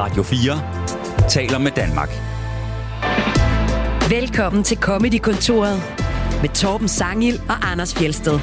Radio 4 taler med Danmark. Velkommen til Comedy-kontoret med Torben Sangil og Anders Fjeldsted.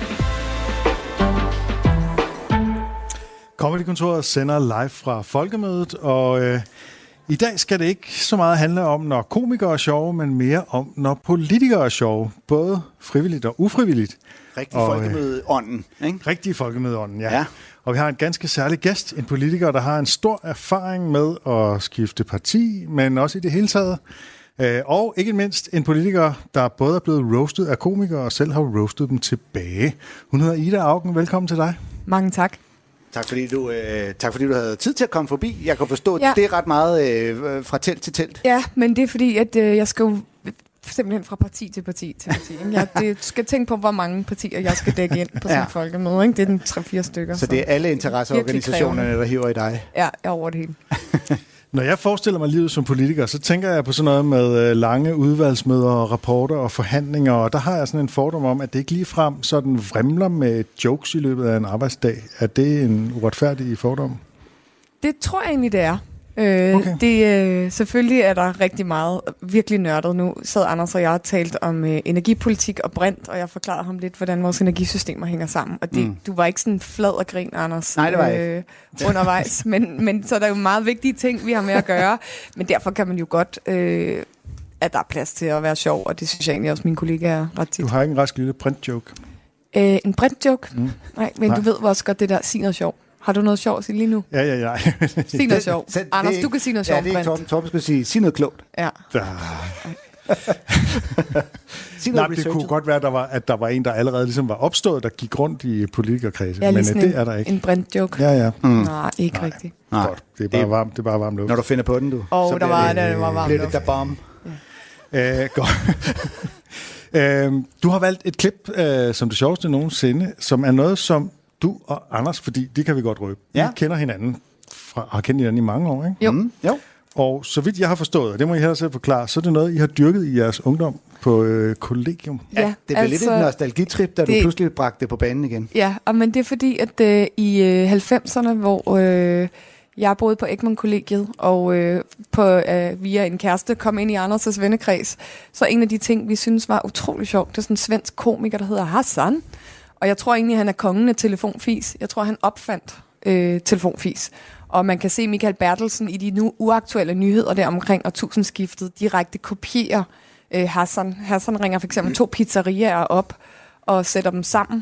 Comedy-kontoret sender live fra Folkemødet, og i dag skal det ikke så meget handle om, når komikere er sjove, men mere om, når politikere er sjove. Både frivilligt og ufrivilligt. Rigtig folkemødeånden, ikke? Rigtig folkemødeånden, ja. Og vi har en ganske særlig gæst, en politiker, der har en stor erfaring med at skifte parti, men også i det hele taget. Og ikke mindst en politiker, der både er blevet roastet af komikere og selv har roastet dem tilbage. Hun hedder Ida Auken. Velkommen til dig. Mange tak. Tak fordi du havde tid til at komme forbi. Jeg kan forstå, at det er ret meget fra telt til telt. Ja, men det er fordi, at jeg skal jo simpelthen fra parti til parti. Jeg skal tænke på, hvor mange partier jeg skal dække ind på sådan en folkemøde. Ikke? Det er den 3-4 stykker. Så det er alle interesseorganisationerne, der hiver i dig? Ja, over det hele. Når jeg forestiller mig livet som politiker, så tænker jeg på sådan noget med lange udvalgsmøder og rapporter og forhandlinger, og der har jeg sådan en fordom om, at det ikke ligefrem sådan vrimler med jokes i løbet af en arbejdsdag. Er det en uretfærdig fordom? Det tror jeg egentlig, det er. Okay. Selvfølgelig er der rigtig meget virkelig nørdet. Nu sad Anders og jeg og talt om energipolitik og brint, og jeg forklarede ham lidt, hvordan vores energisystemer hænger sammen. Og du var ikke sådan flad og grin, Anders. Nej, det var ikke. Undervejs. men så er der jo meget vigtige ting, vi har med at gøre. Men derfor kan man jo godt, at der er plads til at være sjov, og det synes jeg egentlig også mine kollegaer ret tit. Du har ikke en rask lille brint-joke? En brint-joke? Nej, men du ved også godt det der, sig noget sjov. Har du noget sjovt at sige lige nu? Ja. Sig noget sjovt. Anders, du kan sige noget sjovt. Ja, det er Torben skulle sige. Sig noget klogt. Ja. Det kunne godt være, at der var en, der allerede ligesom var opstået, der gik rundt i politikerkredse. Ja, men det er der ikke. En brint-joke. Ja. Nej, ikke rigtigt. Godt. Det er bare varmt luft. Når du finder på den, du. Så der var varmt luft. Det der bomb. Godt. Du har valgt et klip, som det sjoveste nogensinde, som er noget, som du og Anders, fordi det kan vi godt røbe. Vi kender hinanden har kendt hinanden i mange år, ikke? Jo. Og så vidt jeg har forstået, og det må I hellere selv forklare, så er det noget, I har dyrket i jeres ungdom på kollegium. Ja, det blev lidt et nostalgitrip, da du pludselig bragte det på banen igen. Ja, men det er fordi, at i 90'erne, hvor jeg boede på Egmont-kollegiet, og via en kæreste kom ind i Anders' vennekreds, så en af de ting, vi synes var utrolig sjovt, det er sådan en svensk komiker, der hedder Hassan. Og jeg tror egentlig, han er kongen af telefonfis. Jeg tror, han opfandt telefonfis. Og man kan se Michael Bertelsen i de nu uaktuelle nyheder der omkring årtusindskiftet direkte kopierer Hassan. Hassan ringer for eksempel 2 pizzeriaer op og sætter dem sammen.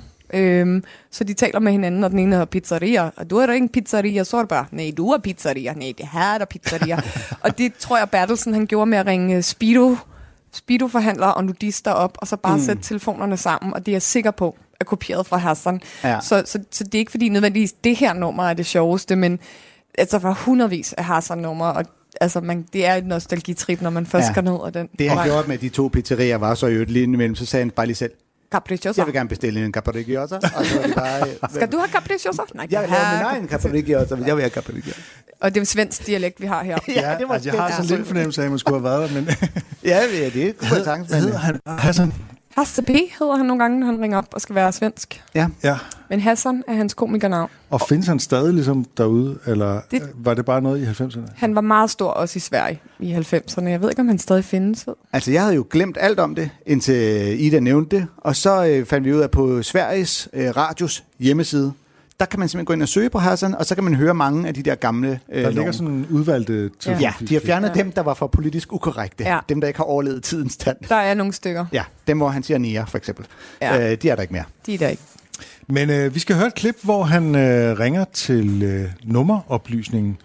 Så de taler med hinanden, og den ene hedder pizzeria. Og du er ikke en pizzeria, så er det bare, nej, du er pizzeria. Nej, det her er der pizzeria. Og det tror jeg, Bertelsen han gjorde med at ringe Speedo-forhandlere og nudister op, og så bare sætte telefonerne sammen, og det er jeg sikker på er kopieret fra Hassan. Ja. Så det er ikke fordi nødvendigvis det her nummer er det sjoveste, men altså fra hundredvis af Hassan-numre, og altså det er et nostalgitrip, når man først går ned af den. Det han gjorde med de 2 pizzerier var så i øvrigt lige imellem, så sagde han bare lige selv, capricciosa. Jeg vil gerne bestille en capricciosa. Og så var det bare, skal du have capricciosa? Nej, jeg vil have min egen capricciosa, men jeg vil have capricciosa. Og det er svensk dialekt, vi har her. Ja, det var jeg har sådan en lille fornemmelse af, at man skulle have været der, men ja, det er kunne sagtens. Hedder han Hassan? Hasse P. hedder han nogle gange, når han ringer op og skal være svensk. Ja. Men Hassan er hans komikernavn. Og findes han stadig ligesom derude, eller var det bare noget i 90'erne? Han var meget stor også i Sverige i 90'erne. Jeg ved ikke, om han stadig findes. Altså, jeg havde jo glemt alt om det, indtil Ida nævnte det. Og så fandt vi ud af på Sveriges Radios hjemmeside, der kan man simpelthen gå ind og søge på Hassan, og så kan man høre mange af de der gamle der ligger sådan udvalgte telefonfis. Ja, de har fjernet dem, der var for politisk ukorrekte. Ja. Dem, der ikke har overlevet tidens tand. Der er nogle stykker. Ja, dem hvor han siger nære, for eksempel. Ja. De er der ikke mere. De er der ikke. Men vi skal høre et klip, hvor han ringer til nummeroplysningen.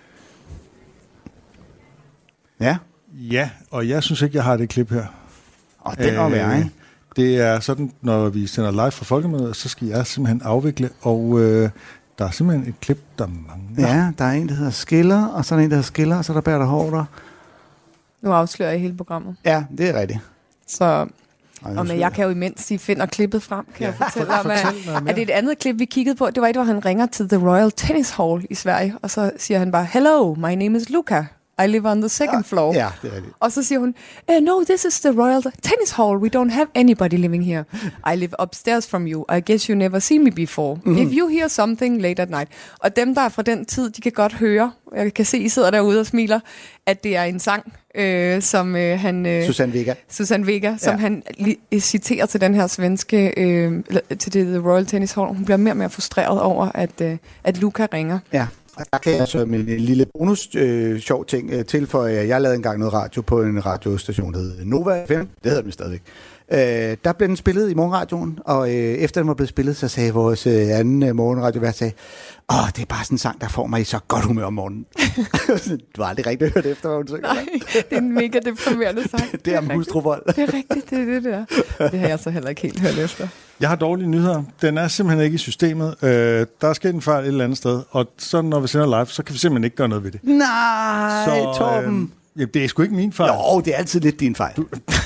Ja. Ja, og jeg synes ikke, jeg har det klip her. Og den er værre, ikke? Det er sådan, når vi sender live fra Folkemødet, så skal jeg simpelthen afvikle, og der er simpelthen et klip, der mangler. Ja, der er en, der hedder Skiller, og så er der en, der hedder Skiller, og så er der Bertha Hårder. Nu afslører jeg hele programmet. Ja, det er rigtigt. Så, men jeg kan jo imens, de finder klippet frem, kan jeg fortælle om, at det er et andet klip, vi kiggede på. Det var et, hvor han ringer til The Royal Tennis Hall i Sverige, og så siger han bare, hello, my name is Luca. I live on the second floor. Ja, det er det. Og så siger hun, no, this is the Royal Tennis Hall. We don't have anybody living here. I live upstairs from you. I guess you never seen me before. If you hear something late at night. Og dem, der er fra den tid, de kan godt høre, jeg kan se, I sidder derude og smiler, at det er en sang, som han... Susanne Vega, som han citerer til den her svenske, til det The Royal Tennis Hall. Hun bliver mere og mere frustreret over, at Luca ringer. Ja. Der kan jeg så med en lille bonus sjov ting tilføje. Jeg lavede engang noget radio på en radiostation, der hed Nova FM. Det hedder den stadigvæk. Der blev den spillet i morgenradioen, og efter den var blevet spillet, så sagde vores anden morgenradiovært, det er bare sådan en sang, der får mig i så godt humør om morgenen. Du har aldrig rigtig hørt efter, hvad hun synger. Nej, det er en mega deprimerende sang. Det er hustruvold. Det er rigtigt, det er det der. Det har jeg så heller ikke helt hørt efter. Jeg har dårlige nyheder. Den er simpelthen ikke i systemet. Der er sket en fejl et eller andet sted, og så når vi sender live, så kan vi simpelthen ikke gøre noget ved det. Nej, Torben. Det er sgu ikke min fejl. Jo, det er altid lidt din fejl.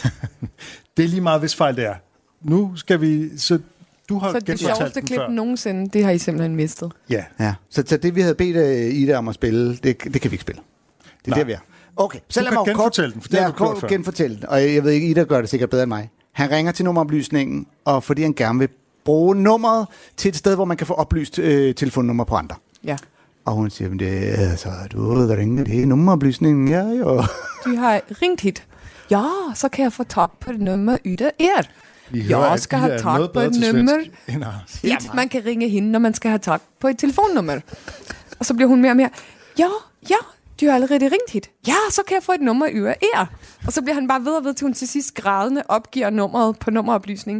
Det er lige meget, hvis fejl det er. Nu skal vi... Så du har det sjoveste klip nogensinde, det har I simpelthen mistet. Ja. Så det, vi havde bedt Ida om at spille, det kan vi ikke spille. Det er det, vi er. Okay, så lad mig genfortælle den, for det har du gjort før. Genfortælle den, og jeg ved ikke, Ida gør det sikkert bedre end mig. Han ringer til nummeroplysningen, og fordi han gerne vil bruge nummeret til et sted, hvor man kan få oplyst telefonnummer på andre. Ja. Og hun siger, det er altså, du ved, der ringer, det er nummeroplysningen. Ja, jo. De har ringt hit. Ja, så kan jeg få tag på det nummer Ida er. Jeg skal have tag på et nummer. Hit, man kan ringe hende, når man skal have tag på et telefonnummer. Og så bliver hun mere og mere, ja, du har allerede ringt hit. Ja, så kan jeg få et nummer Ida er. Og så bliver han bare ved og ved, til hun til sidst grædende opgiver nummeret på nummeroplysningen.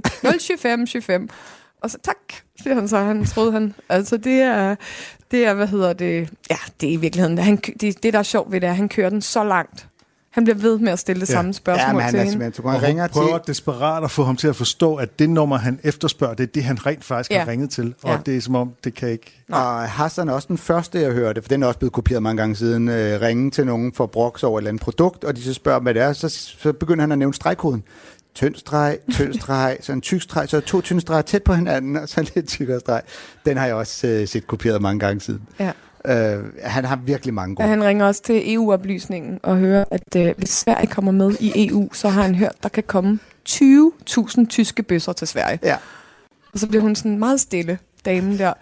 02525. Og så tak, siger han så. Han troede han. Altså det er hvad hedder det? Ja, det er i virkeligheden. Det der er sjovt ved det er, at han kører den så langt. Han bliver ved med at stille det samme spørgsmål til hende. Hun prøver desperat at få ham til at forstå, at det nummer, han efterspørger, det er det, han rent faktisk har ringet til. Og det er som om, det kan ikke... Og Hassan er også den første, jeg hørte, for den er også blevet kopieret mange gange siden, ringe til nogen for broks over et eller andet produkt, og de så spørger, hvad det er, så begynder han at nævne stregkoden. Tynd streg, så en tyk streg, så 2 tynde streger tæt på hinanden, og så en lidt tykkere streg. Den har jeg også set kopieret mange gange siden. Ja. Han har virkelig mange gode. Ja, han ringer også til EU-oplysningen og hører, at hvis Sverige kommer med i EU, så har han hørt, der kan komme 20.000 tyske bøsser til Sverige. Ja. Og så bliver hun sådan meget stille, damen der.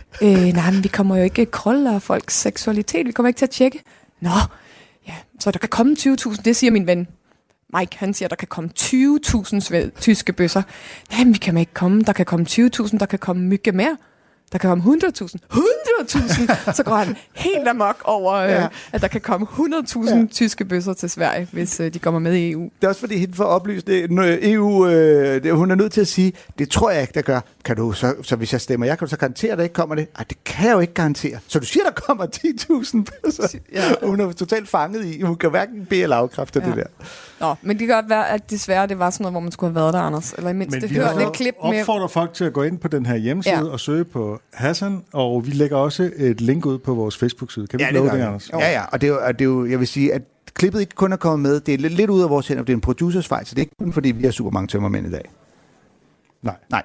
Nej, men vi kommer jo ikke krøller folks seksualitet. Vi kommer ikke til at tjekke. Nå, ja, så der kan komme 20.000. Det siger min ven Mike. Han siger, der kan komme 20.000 tyske bøsser. Nej, men vi kan ikke komme. Der kan komme 20.000. Der kan komme mygge mere. Der kan komme 100.000. 100.000! Så går han helt amok over, at der kan komme 100.000 tyske bøsser til Sverige, hvis de kommer med i EU. Det er også fordi, hende får oplyst EU, hun er nødt til at sige, det tror jeg ikke, der gør. Kan du så hvis jeg stemmer, kan du så garantere, at der ikke kommer det? Ej, det kan jeg jo ikke garantere. Så du siger, der kommer 10.000 bøsser. Ja. Hun er totalt fanget i. Hun kan hverken bede eller afkræfte det der. Nå, men det kan godt være, at desværre det var sådan noget, hvor man skulle have været der, Anders. Eller i mindst det hører lidt klip med. Opfordrer folk til at gå ind på den her hjemmeside og søge på Hassan, og vi lægger også et link ud på vores Facebook-side. Kan vi love det, Anders? Ja, og det er jo, jeg vil sige, at klippet ikke kun er kommet med. Det er lidt ud af vores hænder, det er en producers fejl, så det er ikke kun fordi, vi har super mange tømmermænd i dag. Nej.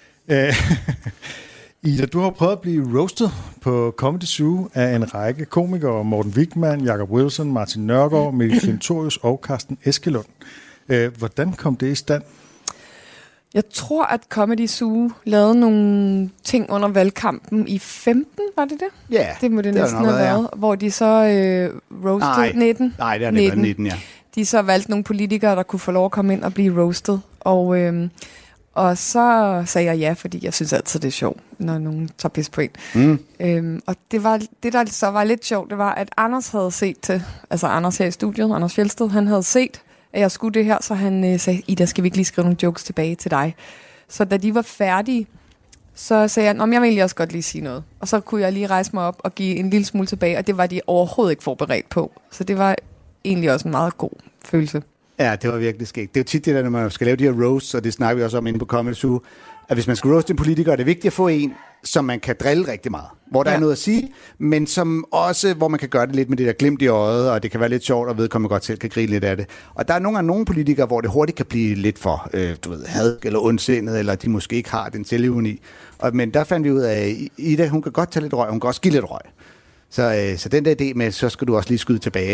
Ida, du har prøvet at blive roasted på Comedy Zoo af en række komikere, Morten Wigman, Jacob Wilson, Martin Nørgaard, Mikkel Klintorius og Carsten Eskelund. Hvordan kom det i stand? Jeg tror, at Comedy Zoo lavede nogle ting under valgkampen i 15, var det det? Ja, det må det næsten have været. Hvor de så roasted 19. Nej, det er 19, ja. De så valgte nogle politikere, der kunne få lov at komme ind og blive roasted. Og så sagde jeg ja, fordi jeg synes altid, det er sjovt, når nogen tager pis på en. Og det, der så var lidt sjovt, det var, at Anders havde set til, altså Anders her i studiet, Anders Fjeldsted, han havde set, at jeg skulle det her, så han sagde, Ida, skal vi ikke lige skrive nogle jokes tilbage til dig? Så da de var færdige, så sagde jeg, jeg vil egentlig også godt lige sige noget. Og så kunne jeg lige rejse mig op og give en lille smule tilbage, og det var de overhovedet ikke forberedt på. Så det var egentlig også en meget god følelse. Ja, det var virkelig skægt. Det er jo tit det der, når man skal lave de her roasts, og det snakker vi også om inde på Comedy Zoo, at hvis man skal roaste en politiker, er det vigtigt at få en, som man kan drille rigtig meget. Hvor der er noget at sige, men som også, hvor man kan gøre det lidt med det der glimt i øjet, og det kan være lidt sjovt, og vedkommende godt selv kan grine lidt af det. Og der er nogle politikere, hvor det hurtigt kan blive lidt for, had eller ondsindet, eller de måske ikke har den selvironi. Men der fandt vi ud af, Ida, hun kan godt tage lidt røg, hun kan også give lidt røg. Så den der idé med, så skal du også lige skyde tilbage,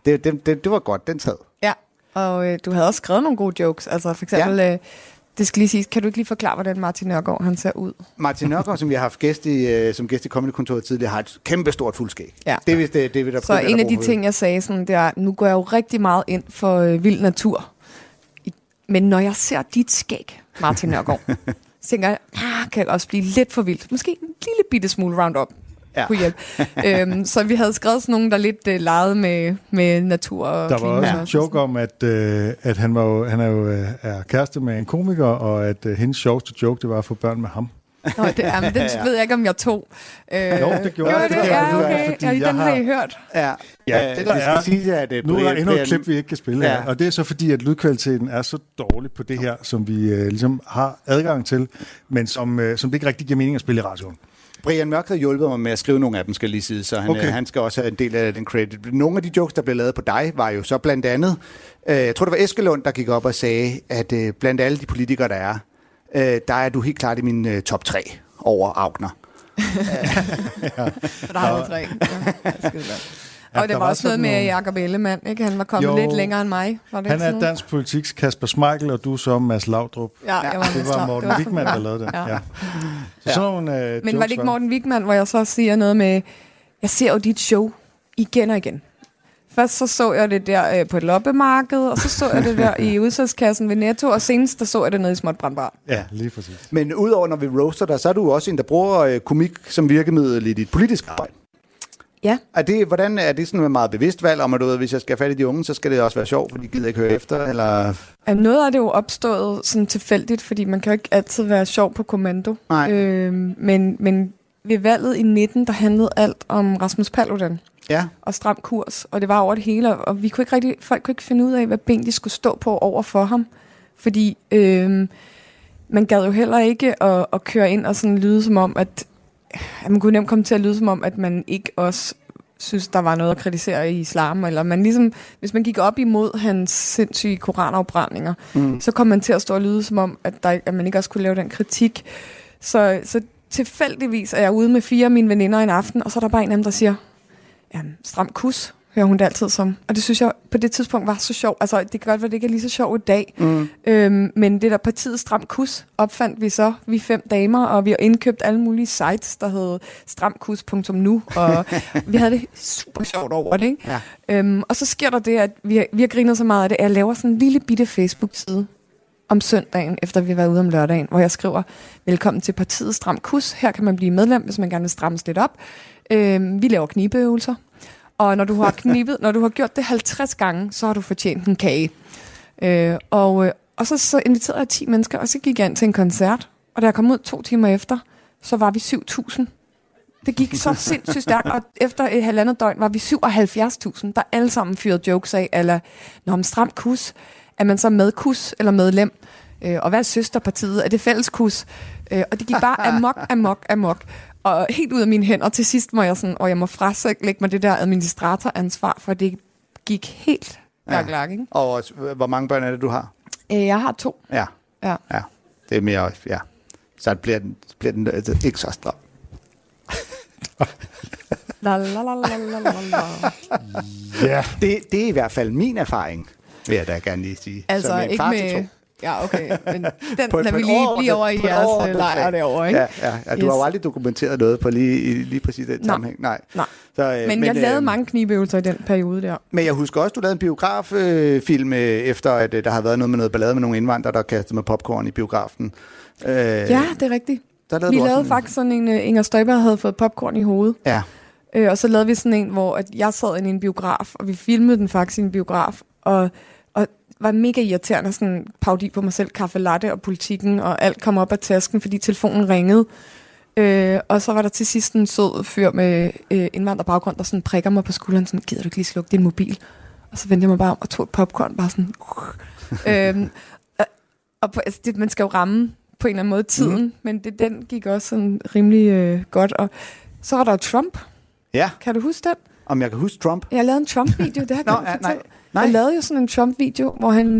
Det var godt, den sad. Ja, og du havde også skrevet nogle gode jokes. Altså for eksempel, det skal lige siges, kan du ikke lige forklare, hvordan Martin Nørgaard han ser ud? Martin Nørgaard, som vi har haft som gæst i Comedy-kontoret tidligere, har et kæmpestort fuldskæg. Ja. Det er vist det, der så en af de ting, jeg sagde, sådan, det er, nu går jeg jo rigtig meget ind for vild natur. Men når jeg ser dit skæg, Martin Nørgaard, så tænker jeg, kan jeg også blive lidt for vildt. Måske en lille bitte smule Roundup. Kunne hjælpe. Så vi havde skrevet sådan nogen, der lidt legede med natur og der klima. Der var også en joke om, at han er kæreste med en komiker, og at hendes sjoveste joke, det var at få børn med ham. Nå, den ved jeg ikke, om jeg tog. Jo, det gjorde jeg. Okay. Den har I hørt. Ja, det der skal sige, at nu er der endnu et klip, vi ikke kan spille her. Og det er så fordi, at lydkvaliteten er så dårlig på det her, som vi ligesom har adgang til, men som det ikke rigtig giver mening at spille i radioen. Brian Mørk havde hjulpet mig med at skrive nogle af dem, skal lige sige, så han skal også have en del af den credit. Nogle af de jokes, der blev lavet på dig, var jo så blandt andet, jeg tror det var Eskelund, der gik op og sagde, at blandt alle de politikere, der er du helt klart i min top 3 over Agner. Der har 3. Og det var også noget med Jakob Ellemann, ikke? Han var kommet lidt længere end mig. Han er dansk politiks Kasper Schmeichel, og du så Mads Laudrup. Ja, det var Morten Wigman, der lavede den. Ja. Så nogle, men var det ikke Morten Wigman, hvor jeg så siger noget med, jeg ser jo dit show igen og igen. Først så jeg det der på et loppemarked, og så jeg det der i udsalgskassen ved Netto, og senest så jeg det nede i Småt Brandbar. Ja, lige præcis. Men udover når vi roaster dig, så er du også en, der bruger komik som virkemiddel i dit politiske arbejde. Ja. Hvordan er det sådan et meget bevidst valg om, at hvis jeg skal have fat i de unge, så skal det også være sjovt, for de gider ikke høre efter? Eller? Noget af det jo opstået sådan tilfældigt, fordi man kan jo ikke altid være sjov på kommando. Men ved valget i 19, der handlede alt om Rasmus Paludan. Ja. Og stram kurs, og det var over det hele, og folk kunne ikke finde ud af, hvad ben de skulle stå på over for ham, fordi man gad jo heller ikke at køre ind og sådan lyde som om, at man kunne nemt komme til at lyde som om, at man ikke også synes, der var noget at kritisere i islam, eller man ligesom, hvis man gik op imod hans sindssyge koranafbrændinger, så kom man til at stå og lyde som om, at man ikke også kunne lave den kritik. Så tilfældigvis er jeg ude med 4 af mine veninder en aften, og så er der bare en af dem, der siger, stram kus, hører hun det altid som. Og det synes jeg på det tidspunkt var så sjovt. Altså, det kan godt være, det ikke er lige så sjovt i dag. Men det der partiet Stram Kus opfandt vi 5 damer, og vi har indkøbt alle mulige sites, der hed stramkus.nu, og vi havde det super sjovt over det, ikke? Ja. Og så sker der det, at vi har grinet så meget af det, at jeg laver sådan en lille bitte Facebook-side om søndagen, efter vi har været ude om lørdagen, hvor jeg skriver, velkommen til partiet Stram Kus. Her kan man blive medlem, hvis man gerne vil strammes lidt op. Vi laver knibeøvelser. Og når du har gjort det 50 gange, så har du fortjent en kage. Og så inviterede jeg 10 mennesker, og så gik jeg ind til en koncert. Og da jeg kom ud 2 timer efter, så var vi 7.000. Det gik så sindssygt stærkt, og efter et 1,5 døgn var vi 77.000, der alle sammen fyrede jokes af, eller når man stramt kus, er man så medkus eller medlem? Og hvad er søsterpartiet? Er det fælleskus? Og det gik bare amok. Og helt ud af mine hænder. Til sidst må jeg sådan, og jeg må lægge mig det der administratoransvar, for det gik helt gak, ikke? Og hvor mange børn er det, du har? Jeg har 2. Ja. Det er mere, så bliver den ikke så stram. Ja. Det er i hvert fald min erfaring, vil jeg da gerne lige sige. Altså ikke med... Ja, okay. Men den lader vi lige over i jeres lejr derovre, ikke? Ja. Du har jo aldrig dokumenteret noget på lige præcis den sammenhæng. Nej. Så, men jeg lavede mange knibeøvelser i den periode der. Men jeg husker også, du lavede en biograffilm efter, at der havde været noget ballade med nogle indvandrere, der kastede med popcorn i biografen. Ja, det er rigtigt. Vi lavede faktisk sådan en, Inger Støjberg havde fået popcorn i hovedet. Ja. Og så lavede vi sådan en, hvor at jeg sad inde i en biograf, og vi filmede den faktisk i en biograf, og var mega irriterende, sådan parodi på mig selv, kaffe latte og politikken, og alt kom op af tasken, fordi telefonen ringede. Og så var der til sidst en sød fyr med indvandrerbaggrund, der sådan prikker mig på skulderen, sådan, gider du ikke lige slukke din mobil? Og så vendte jeg mig bare om og tog et popcorn, bare sådan... man skal jo ramme på en eller anden måde tiden, men den gik også sådan rimelig godt. Og så var der Trump. Ja. Kan du huske den? Om jeg kan huske Trump? Jeg lavede en Trump-video, det her kan jeg fortælle. Jeg lavede jo sådan en Trump-video,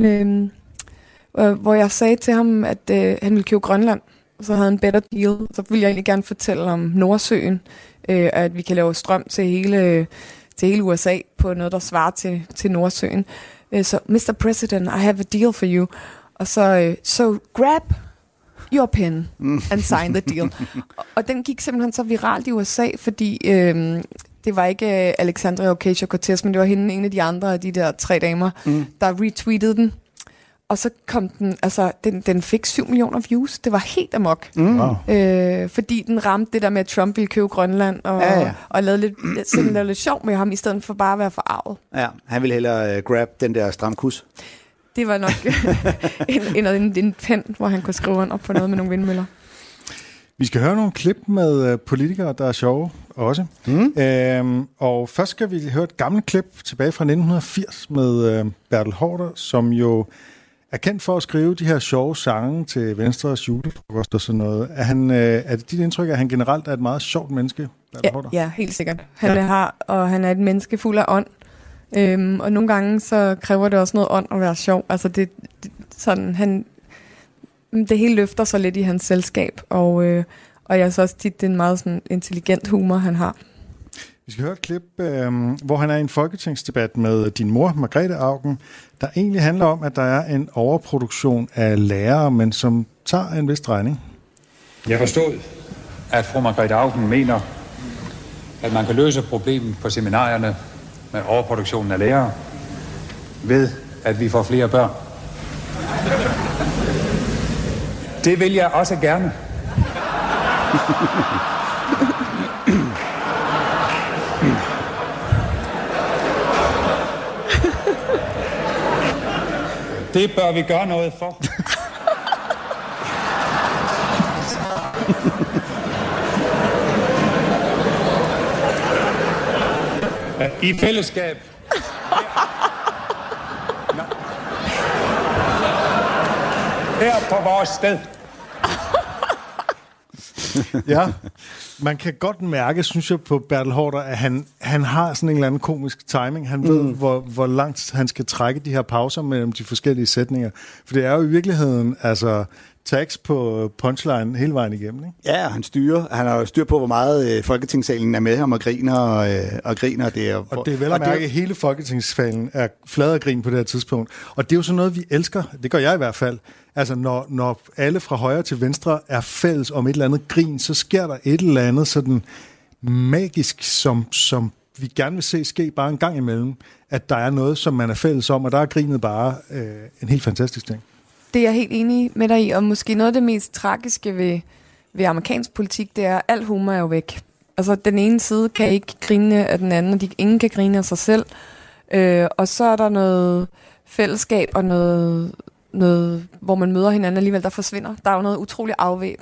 hvor jeg sagde til ham, at han ville købe Grønland, og så havde han en better deal. Så ville jeg egentlig gerne fortælle om Nordsøen, at vi kan lave strøm til til hele USA på noget, der svarer til Nordsøen. Så, Mr. President, I have a deal for you. Og så grab your pen and sign the deal. Og den gik simpelthen så viralt i USA, fordi det var ikke Alexandria Ocasio-Cortez, men det var hende, en af de andre af de der 3 damer, der retweetede den. Og så kom den, altså den fik 7 millioner views. Det var helt amok. Fordi den ramte det der med, at Trump ville købe Grønland, og lavede lidt sjov med ham, i stedet for bare at være forarvet. Ja, han ville hellere grab den der stramkus. Det var nok en pen, hvor han kunne skrive under på noget med nogle vindmøller. Vi skal høre nogle klip med politikere, der er sjove også. Og først skal vi høre et gammelt klip tilbage fra 1980 med Bertel Haarder, som jo er kendt for at skrive de her sjove sange til Venstres julefrokost og sådan noget. Er det dit indtryk, at han generelt er et meget sjovt menneske, Bertel Haarder? Ja, helt sikkert. Han er et menneske fuld af ånd. Og nogle gange så kræver det også noget ånd at være sjov. Altså det hele løfter sig lidt i hans selskab, og jeg synes også tit, det er en meget sådan intelligent humor, han har. Vi skal høre et klip, hvor han er i en folketingsdebat med din mor, Margrethe Auken, der egentlig handler om, at der er en overproduktion af lærere, men som tager en vis drejning. Jeg forstod, at fru Margrethe Auken mener, at man kan løse problemet på seminarierne med overproduktionen af lærere ved, at vi får flere børn. Det vil jeg også gerne. Det bør vi gøre noget for. I fællesskab. Her på vores sted. Ja, man kan godt mærke, synes jeg, på Bertel Haarder, at han har sådan en eller anden komisk timing. Han ved, hvor langt han skal trække de her pauser mellem de forskellige sætninger. For det er jo i virkeligheden, altså, tags på punchline hele vejen igennem, ikke? Ja, han har jo styr på, hvor meget Folketingssalen er med ham og griner. Og griner. Det er vel at mærke, at hele Folketingssalen er flad af grin på det her tidspunkt. Og det er jo sådan noget, vi elsker. Det gør jeg i hvert fald. Altså, når alle fra højre til venstre er fælles om et eller andet grin, så sker der et eller andet sådan magisk, som vi gerne vil se ske bare en gang imellem, at der er noget, som man er fælles om, og der er grinet bare en helt fantastisk ting. Det er jeg helt enig med dig i, og måske noget af det mest tragiske ved amerikansk politik, det er, at al humor er jo væk. Altså, den ene side kan ikke grine af den anden, og ingen kan grine af sig selv. Og så er der noget fællesskab og noget, hvor man møder hinanden alligevel, der forsvinder. Der er jo noget utroligt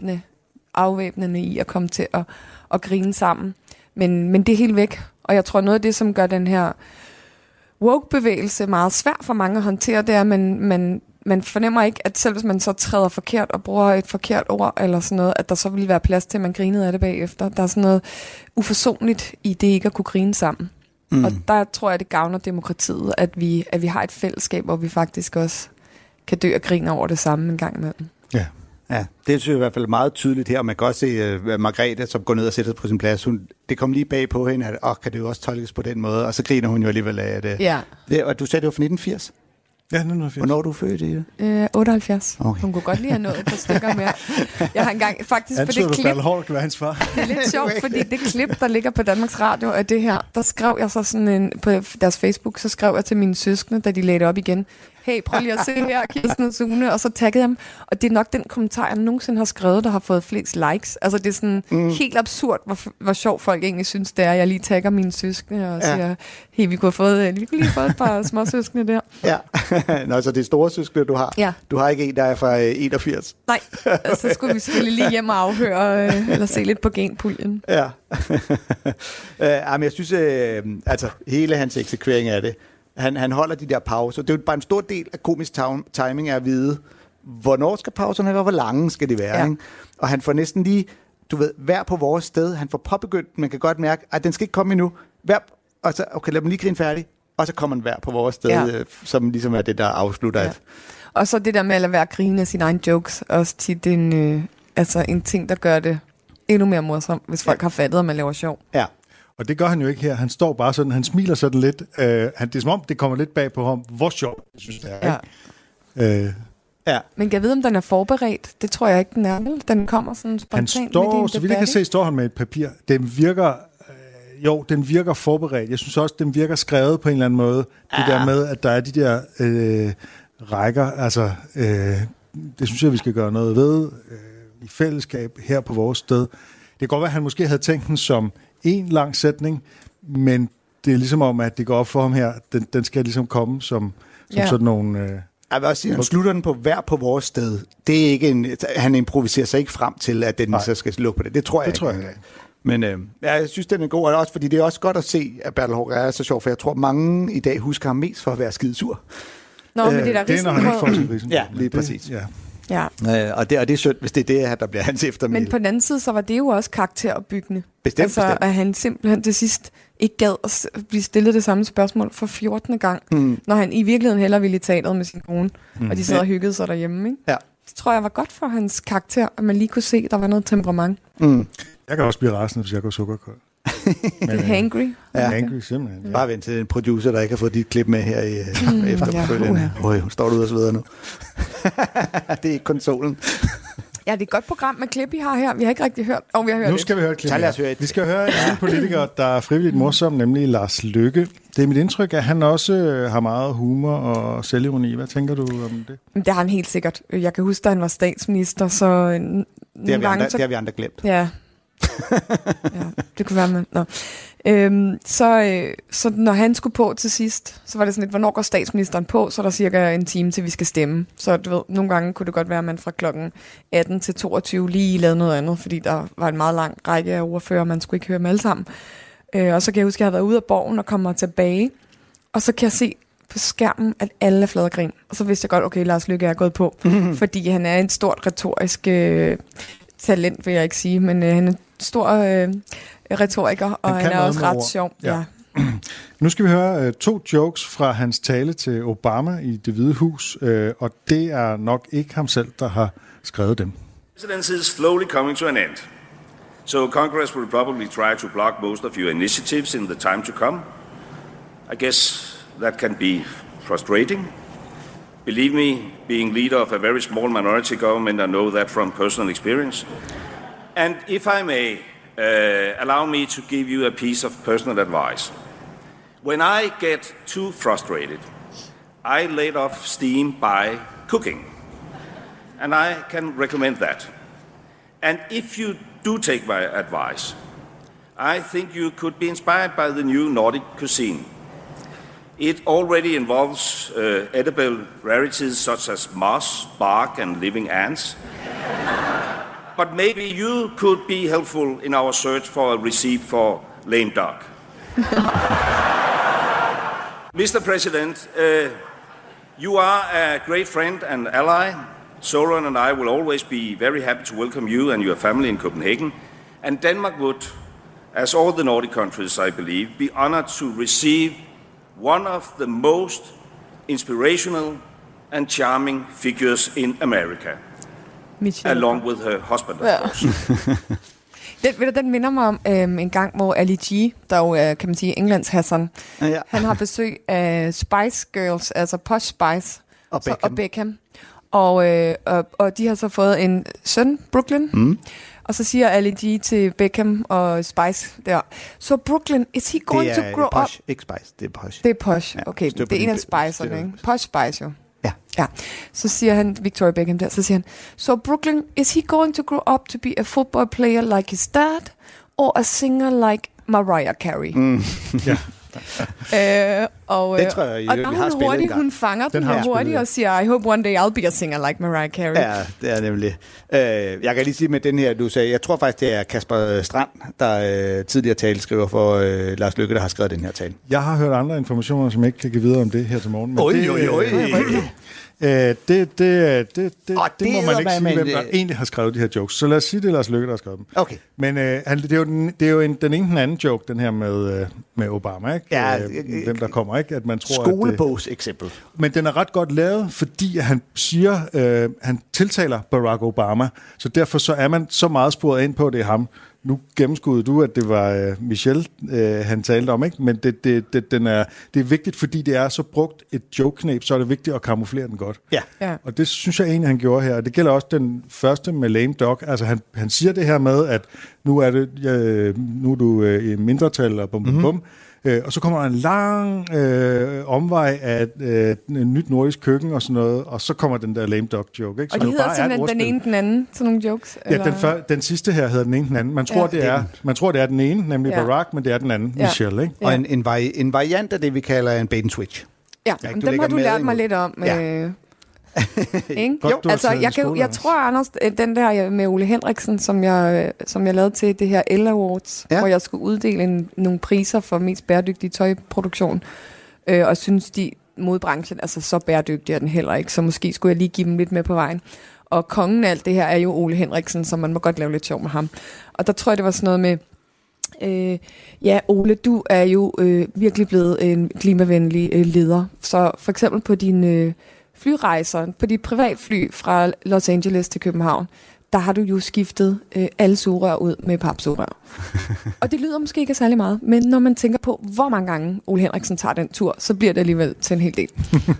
afvæbnende i at komme til at grine sammen. Men det er helt væk. Og jeg tror, noget af det, som gør den her woke-bevægelse meget svær for mange at håndtere, det er, at man fornemmer ikke, at selv hvis man så træder forkert og bruger et forkert ord eller sådan noget, at der så vil være plads til, at man grinede af det bagefter. Der er sådan noget uforsonligt i det ikke at kunne grine sammen. Og der tror jeg, det gavner demokratiet, at vi har et fællesskab, hvor vi faktisk også kan dø og grine over det samme en gang imellem. Ja. Ja, det synes jeg i hvert fald meget tydeligt her, og man kan også se Margrethe, som går ned og sætter sig på sin plads. Det kom lige bag på hende, at kan det jo også tolkes på den måde, og så griner hun jo alligevel af det. Ja. Og du sagde, det var fra 1980? Ja, 1980. Hvornår er du født i det? 78. Okay. Hun kunne godt lige have nået et par stykker mere. Jeg har engang faktisk på det klip... Bertel Haarder kan være hans far. Det er lidt sjovt, fordi det klip, der ligger på Danmarks Radio af det her, der skrev jeg så sådan på deres Facebook, så skrev jeg til mine søskende, da de lagde det op igen. Hey, prøv lige at se her, Kirsten og Sune, og så taggede jeg dem. Og det er nok den kommentar, jeg nogensinde har skrevet, der har fået flest likes. Altså det er sådan helt absurd, hvor sjov folk egentlig synes, det er. Jeg lige tagger mine søskende og siger, hey, vi kunne lige få et par små søskende der. Ja, nå, så det er store søskende, du har. Ja. Du har ikke en, der er fra 81? Nej, så skulle vi selvfølgelig lige hjem og afhøre, eller se lidt på genpuljen. Ja. Men jeg synes, altså hele hans eksekvering af det, han holder de der pauser. Det er jo bare en stor del af komisk timing er at vide, hvornår skal pauserne være, hvor lange skal de være. Ja. Ikke? Og han får næsten lige, hver på vores sted. Han får påbegyndt, man kan godt mærke, at den skal ikke komme endnu. Og så, okay, lad dem lige grine færdig. Og så kommer den hver på vores sted, som ligesom er det, der afslutter. Ja. Og så det der med at lade være at grine af sine egne jokes, også tit en ting, der gør det endnu mere morsomt, hvis folk har fattet, at man laver sjov. Ja. Og det gør han jo ikke her. Han står bare sådan, han smiler sådan lidt. Det er som om, det kommer lidt bag på ham. Hvor sjovt, jeg synes det er. Ja. Ja. Men kan jeg vide, om den er forberedt? Det tror jeg ikke, den er. Vel? Den kommer sådan spontant. Han står, så vidt jeg kan se, står han med et papir. Den virker... den virker forberedt. Jeg synes også, den virker skrevet på en eller anden måde. Det der med, at der er de der rækker. Altså, det synes jeg, vi skal gøre noget ved i fællesskab her på vores sted. Det kan godt være, at han måske havde tænkt den som en lang sætning, men det er ligesom om, at det går op for ham her. Den skal ligesom komme som sådan nogle... Jeg vil også sige, han slutter den på hver på vores sted. Det er ikke han improviserer sig ikke frem til, at den så skal lukke på det. Det tror jeg ikke. Men jeg synes, den er god, og også, fordi det er også godt at se, at Bertel Haarder er så sjov, for jeg tror, mange i dag husker ham mest for at være skidesur. Nå, men det er det er, når han ikke får sin risen. Ja, lige præcis. Ja. Og det er synd, hvis det er det, der bliver hans eftermæle. Men på den anden side, så var det jo også karakteropbyggende. Bestemt. At han simpelthen til sidst ikke gad at blive stillet det samme spørgsmål for 14. gang, når han i virkeligheden hellere ville i teateret med sin kone, og de sad og hyggede sig derhjemme. Ikke? Ja. Det tror jeg var godt for hans karakter, at man lige kunne se, at der var noget temperament. Jeg kan også blive rasende, hvis jeg går sukkerkold. Men, hangry. Ja. Hangry, simpelthen. Ja. Bare vent til en producer, der ikke har fået dit klip med her i efterfølgende. Hun står derude og så videre nu. Det er ikke konsolen. Ja, det er et godt program med klip, I har her. Vi har ikke rigtig hørt. Vi har hørt nu skal vi høre et klip. Vi skal høre en politiker, der er frivilligt morsom, nemlig Lars Løkke. Det er mit indtryk, at han også har meget humor og selvironi. Hvad tænker du om det? Det har han helt sikkert. Jeg kan huske, da han var statsminister, så... Det har vi andre glemt. Ja. Ja, det kunne være med. Så når han skulle på til sidst, så var det sådan lidt, hvornår går statsministeren på? Så er der cirka en time til, vi skal stemme. Så du ved, nogle gange kunne det godt være, at man fra klokken 18 til 22 lige lavede noget andet, fordi der var en meget lang række af ordfører, man skulle ikke høre dem alle sammen. Og så kan jeg huske, at jeg havde været ude af borgen og kommer tilbage, og så kan jeg se på skærmen, at alle er flade og grin. Og så vidste jeg godt, okay, Lars Løkke er gået på, fordi han er en stort retorisk talent, vil jeg ikke sige, men han er en stor retoriker, og han er også ret sjov. Ja. Nu skal vi høre 2 jokes fra hans tale til Obama i Det Hvide Hus, og det er nok ikke ham selv, der har skrevet dem. Presidency is slowly coming to an end. So Congress will probably try to block most of your initiatives in the time to come. I guess that can be frustrating. Believe me, being leader of a very small minority government, I know that from personal experience. And if I may, allow me to give you a piece of personal advice. When I get too frustrated, I let off steam by cooking. And I can recommend that. And if you do take my advice, I think you could be inspired by the new Nordic cuisine. It already involves edible rarities such as moss, bark, and living ants. But maybe you could be helpful in our search for a receipt for lame duck. Mr. President, you are a great friend and ally. Soren and I will always be very happy to welcome you and your family in Copenhagen. And Denmark would, as all the Nordic countries, I believe, be honored to receive one of the most inspirational and charming figures in America. Michelle. Along with her husband, of course. Den minder mig om en gang, hvor Ali G, der jo er, kan man sige, Englands Hassan, han har besøg af Spice Girls, altså Posh Spice og Beckham. Og de har så fået en søn, Brooklyn. Og så siger Ali G til Beckham og Spice der, so Brooklyn, is he going to grow Posh, up? ikke Spice, det er Posh. Det er Posh, okay. Ja, det er en af Spicerne, ikke? Posh Spice jo. Ja. Så siger han, Victoria Beckham der, så siger han, so Brooklyn, is he going to grow up to be a football player like his dad, or a singer like Mariah Carey? Det tror jeg, vi har spillet en gang. Hun fanger den her hurtigt og siger, I hope one day I'll be a singer like Mariah Carey. Ja, det er nemlig. Jeg kan lige sige med den her, du sagde, jeg tror faktisk, det er Kasper Strand, der tidligere taleskriver for Lars Løkke, der har skrevet den her tale. Jeg har hørt andre informationer, som jeg ikke kan give videre om det her til morgen. Det må man ikke sige, hvem der egentlig har skrevet de her jokes. Så lad os sige, det er Lars Løkke, der har skrevet dem. Okay. Men det er jo den ene den anden joke, den her med Obama, ikke? Ja, hvem der kommer, ikke? At man tror, skolebogs eksempel. Men den er ret godt lavet, fordi han siger, han tiltaler Barack Obama, så derfor så er man så meget sporet ind på, det er ham. Nu gennemskuede du, at det var Michelle, han talte om, ikke? Men det er vigtigt, fordi det er så brugt et joke-knep, så er det vigtigt at kamuflere den godt. Ja. Og det synes jeg egentlig, han gjorde her. Og det gælder også den første med lame dog. Altså han siger det her med, at nu er du i mindretal og bum. Og så kommer der en lang omvej af et nyt nordisk køkken og sådan noget, og så kommer den der lame dog joke. Ikke? Så og de hedder simpelthen den ene den anden, sådan nogle jokes? Ja, den sidste her hedder den ene den anden. Man tror, det er den ene, nemlig Barack, men det er den anden, Michelle. Ikke? Og en variant af det, vi kalder en bait and switch. Ja, dem har du lært mig lidt om. Ja. Godt, altså, jeg tror, Anders, den der med Ole Henriksen, som jeg lavede til det her L Awards, hvor jeg skulle uddele nogle priser for mest bæredygtige tøjproduktion, og synes de modbranchen, altså så bæredygtig er den heller ikke, så måske skulle jeg lige give dem lidt med på vejen. Og kongen af alt det her er jo Ole Henriksen, så man må godt lave lidt sjov med ham. Og der tror jeg, det var sådan noget med, Ole, du er jo virkelig blevet en klimavenlig leder. Så for eksempel på din flyrejser, på dit privatfly fra Los Angeles til København, der har du jo skiftet alle sugerør ud med papsugerør. Og det lyder måske ikke særlig meget, men når man tænker på, hvor mange gange Ole Henriksen tager den tur, så bliver det alligevel til en hel del.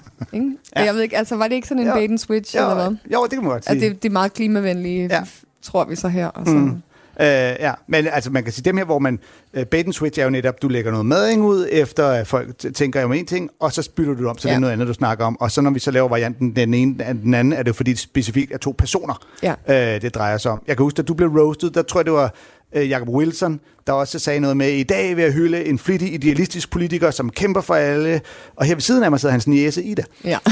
Ja. Jeg ved ikke, altså var det ikke sådan en bait and switch, eller hvad? Jo, det kan man godt sige. Det er meget klimavenlige, tror vi så her. Og så. Men altså man kan sige, dem her, hvor man bait and switch er jo netop, du lægger noget mading ud, efter at folk tænker om en ting, og så bytter du om, så det er noget andet, du snakker om. Og så når vi så laver varianten den ene af den anden, er det jo fordi det specifikt er 2 personer, det drejer sig om. Jeg kan huske, at du blev roasted, der tror jeg, det var Jacob Wilson, der også sagde noget med, i dag vil jeg hylde en flittig idealistisk politiker, som kæmper for alle, og her ved siden af mig sidder hans niece Ida,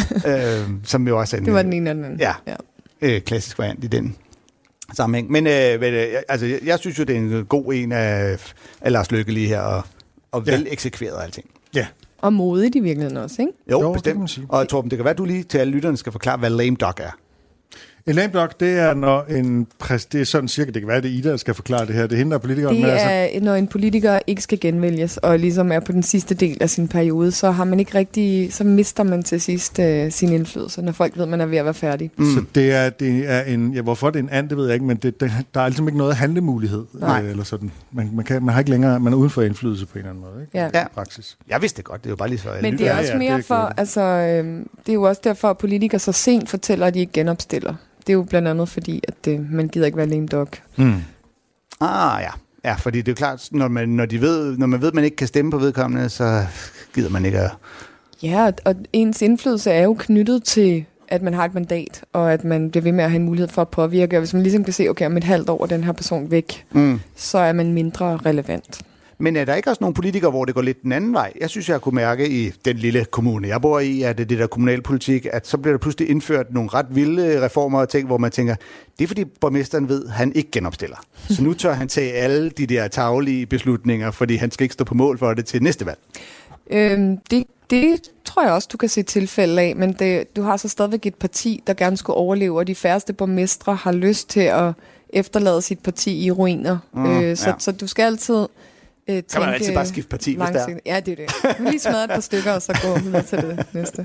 som jo også er det var den ene af den anden. Klassisk variant i den sammenhæng. Men altså, jeg synes jo, det er en god en af Lars Løkke lige her, og vel eksekveret alting. Ja. Og modigt i virkeligheden også, ikke? Jo, bestemt. Og Torben, det kan være, du lige til alle lytterne skal forklare, hvad lame dog er. En lame dog, det er, når det er sådan cirka, det kan være, det Ida, der skal forklare det her. Det hindrer politikeren med. Det er, når en politiker ikke skal genvælges, og ligesom er på den sidste del af sin periode, så har man ikke rigtig, så mister man til sidst sin indflydelse, når folk ved, man er ved at være færdig. Så det er en, hvorfor det er en and, det ved jeg ikke, men der er ligesom ikke noget handlemulighed. Eller sådan. Man har ikke længere, man er uden for indflydelse på en eller anden måde, ikke? Ja. Praksis. Jeg vidste det godt, det er jo bare lige så. Men det er også mere for, altså, det er jo også derfor, at politikere så sent fortæller, at de ikke genopstiller. Det er jo blandt andet fordi, at man gider ikke være lame dog. Ja, fordi det er jo klart, når man ved, at man ikke kan stemme på vedkommende, så gider man ikke at... Ja, og ens indflydelse er jo knyttet til, at man har et mandat, og at man bliver ved med at have en mulighed for at påvirke. Og hvis man ligesom kan se, okay, om et halvt år er den her person væk, så er man mindre relevant. Men er der ikke også nogle politikere, hvor det går lidt den anden vej? Jeg synes, jeg kunne mærke i den lille kommune, jeg bor i, at det der kommunalpolitik, at så bliver der pludselig indført nogle ret vilde reformer og ting, hvor man tænker, det er fordi borgmesteren ved, at han ikke genopstiller. Så nu tør han tage alle de der tarvelige beslutninger, fordi han skal ikke stå på mål for det til næste valg. Det tror jeg også, du kan se tilfælde af, men du har så stadigvæk et parti, der gerne skulle overleve, og de færreste borgmestre har lyst til at efterlade sit parti i ruiner. Så du skal altid... Kan man altid bare skifte parti, hvis der er? Ja, det er det. Vi lige smadre et par stykker, og så gå videre til det næste.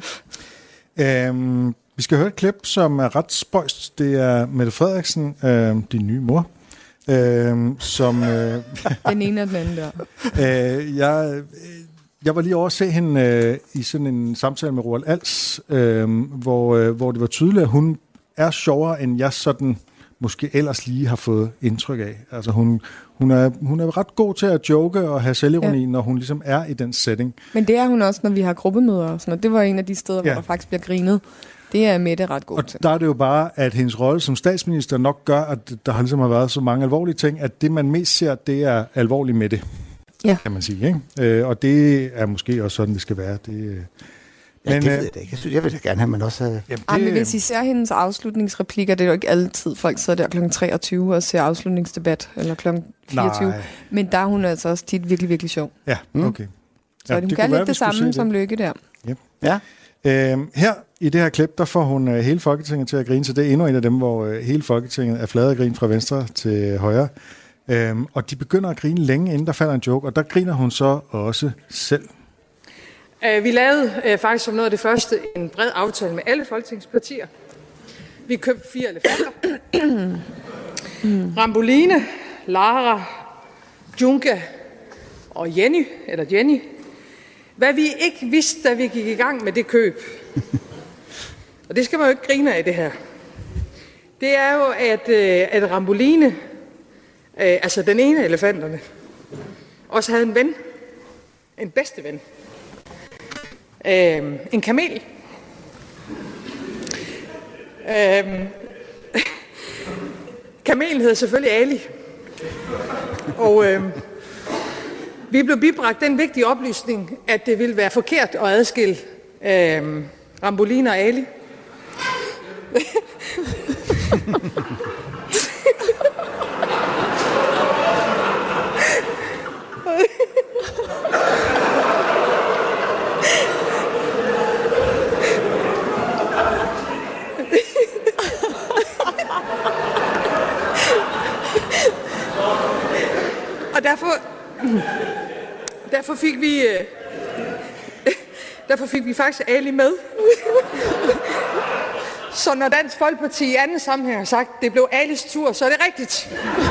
Vi skal høre et klip, som er ret spøjst. Det er Mette Frederiksen, din nye mor, som... den ene og den anden der. Jeg var lige over at se hende i sådan en samtale med Roald Als, hvor det var tydeligt, at hun er sjovere, end jeg sådan måske ellers lige har fået indtryk af. Altså hun er ret god til at joke og have selvironi, når hun ligesom er i den setting. Men det er hun også, når vi har gruppemøder og sådan noget. Det var en af de steder, hvor der faktisk bliver grinet. Det er Mette ret god til. Og der er det jo bare, at hendes rolle som statsminister nok gør, at der har ligesom været så mange alvorlige ting, at det man mest ser, det er alvorligt med det, kan man sige. Ikke? Og det er måske også sådan, det skal være. Men, det ved jeg da ikke. Jeg vil da gerne have, man også... Men hvis I ser hendes afslutningsreplikker, det er jo ikke altid, folk sidder der kl. 23 og ser afslutningsdebat, eller kl. 24. Nej. Men der er hun altså også tit virkelig, virkelig sjov. Ja, okay. Så hun kan lidt det samme som Løkke der. Ja. Her i det her klip, der får hun hele Folketinget til at grine, så det er endnu en af dem, hvor hele Folketinget er flade grin fra venstre til højre. Og de begynder at grine længe, inden der falder en joke, og der griner hun så også selv. Vi lavede faktisk som noget af det første en bred aftale med alle folketingspartier. Vi købte 4 elefanter, Ramboline, Lara, Junka og Jenny, hvad vi ikke vidste, da vi gik i gang med det køb. Og det skal man jo ikke grine af, det her. Det er jo, at Ramboline, altså den ene af elefanterne, også havde en ven. En bedste ven. En kamel. Kamelen hedder selvfølgelig Ali. Og vi blev bibragt den vigtige oplysning, at det ville være forkert at adskille Ramboline og Ali. Og derfor fik vi faktisk Ali med. Så når Dansk Folkeparti i anden sammenhæng har sagt, det blev Alis tur, så er det rigtigt.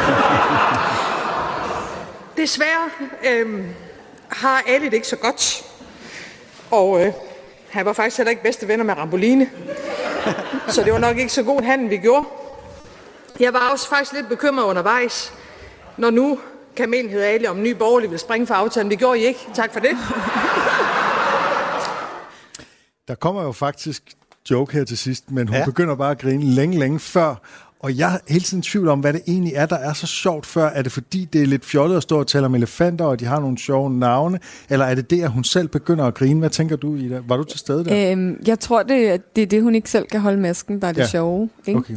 Desværre har Ali det ikke så godt. Og han var faktisk heller ikke bedste venner med Ramboline. Så det var nok ikke så god en handel, vi gjorde. Jeg var også faktisk lidt bekymret undervejs, når nu kamelen hed Ali, om Nye Borgerlige ville springe for aftalen. Det gjorde I ikke. Tak for det. Der kommer jo faktisk joke her til sidst, men hun begynder bare at grine længe før. Og jeg er hele tiden i tvivl om, hvad det egentlig er, der er så sjovt før. Er det fordi, det er lidt fjollet at stå og tale om elefanter, og de har nogle sjove navne? Eller er det det, at hun selv begynder at grine? Hvad tænker du, Ida? Var du til stede der? Jeg tror, det er det, hun ikke selv kan holde masken, der er det sjove. Ikke? Okay.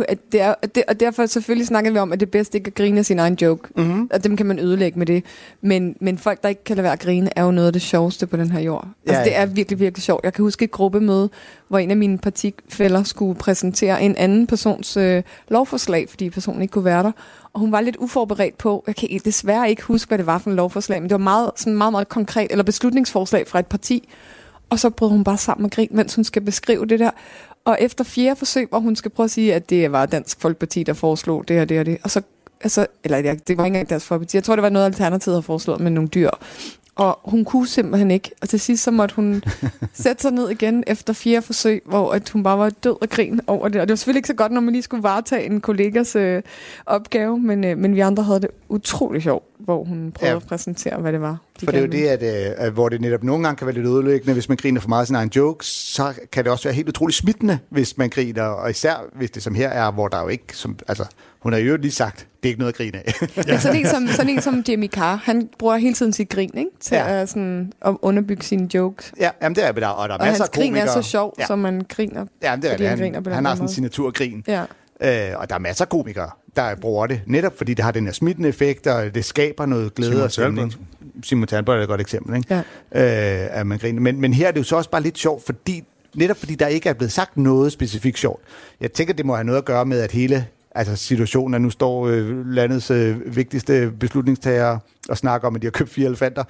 Altså, og derfor selvfølgelig snakker vi om, at det bedste ikke at grine af sin egen joke. Mm-hmm. Og dem kan man ødelægge med det. Men folk, der ikke kan lade være at grine, er jo noget af det sjoveste på den her jord. Altså, det er virkelig, virkelig sjovt. Jeg kan huske et gruppemøde, hvor en af mine partifæller skulle præsentere en anden persons lovforslag, fordi personen ikke kunne være der. Og hun var lidt uforberedt på, jeg kan desværre ikke huske, hvad det var for en lovforslag, men det var meget konkret, eller beslutningsforslag fra et parti. Og så brød hun bare sammen med grin, mens hun skal beskrive det der. Og efter 4. forsøg, hvor hun skal prøve at sige, at det var Dansk Folkeparti, der foreslog det og det og det. Og så, det var ikke engang Dansk Folkeparti. Jeg tror, det var noget, Alternativet havde foreslået med nogle dyr. Og hun kunne simpelthen ikke. Og til sidst så måtte hun sætte sig ned igen efter 4. forsøg, hvor at hun bare var død og grin over det. Og det var selvfølgelig ikke så godt, når man lige skulle varetage en kollegas opgave, men vi andre havde det utrolig sjovt, hvor hun prøvede at præsentere, hvad det var. For det er jo det, at hvor det netop nogle gange kan være lidt ødelæggende, hvis man griner for meget af sin egen jokes, så kan det også være helt utroligt smittende, hvis man griner, og især hvis det som her er, hvor der jo ikke, hun har jo lige sagt, det er ikke noget at grine af. Men sådan en som Jimmy Carr, han bruger hele tiden sit grin, ikke? Til at underbygge sine jokes. Ja, jamen det er der, og der er masser af komikere. Og hans grin er så sjov, så man griner, fordi han griner på den. Han har sådan en signaturgrin. Ja. Og der er masser af komikere, der bruger det, netop fordi det har den her smittende effekt, og det skaber noget glæde og stemning. Simon Talbot er et godt eksempel, ikke? Ja. At man griner. Men her er det jo så også bare lidt sjovt, fordi der ikke er blevet sagt noget specifikt sjovt. Jeg tænker, det må have noget at gøre med, at hele situationen, at nu står landets vigtigste beslutningstagere og snakker om, at de har købt 4 elefanter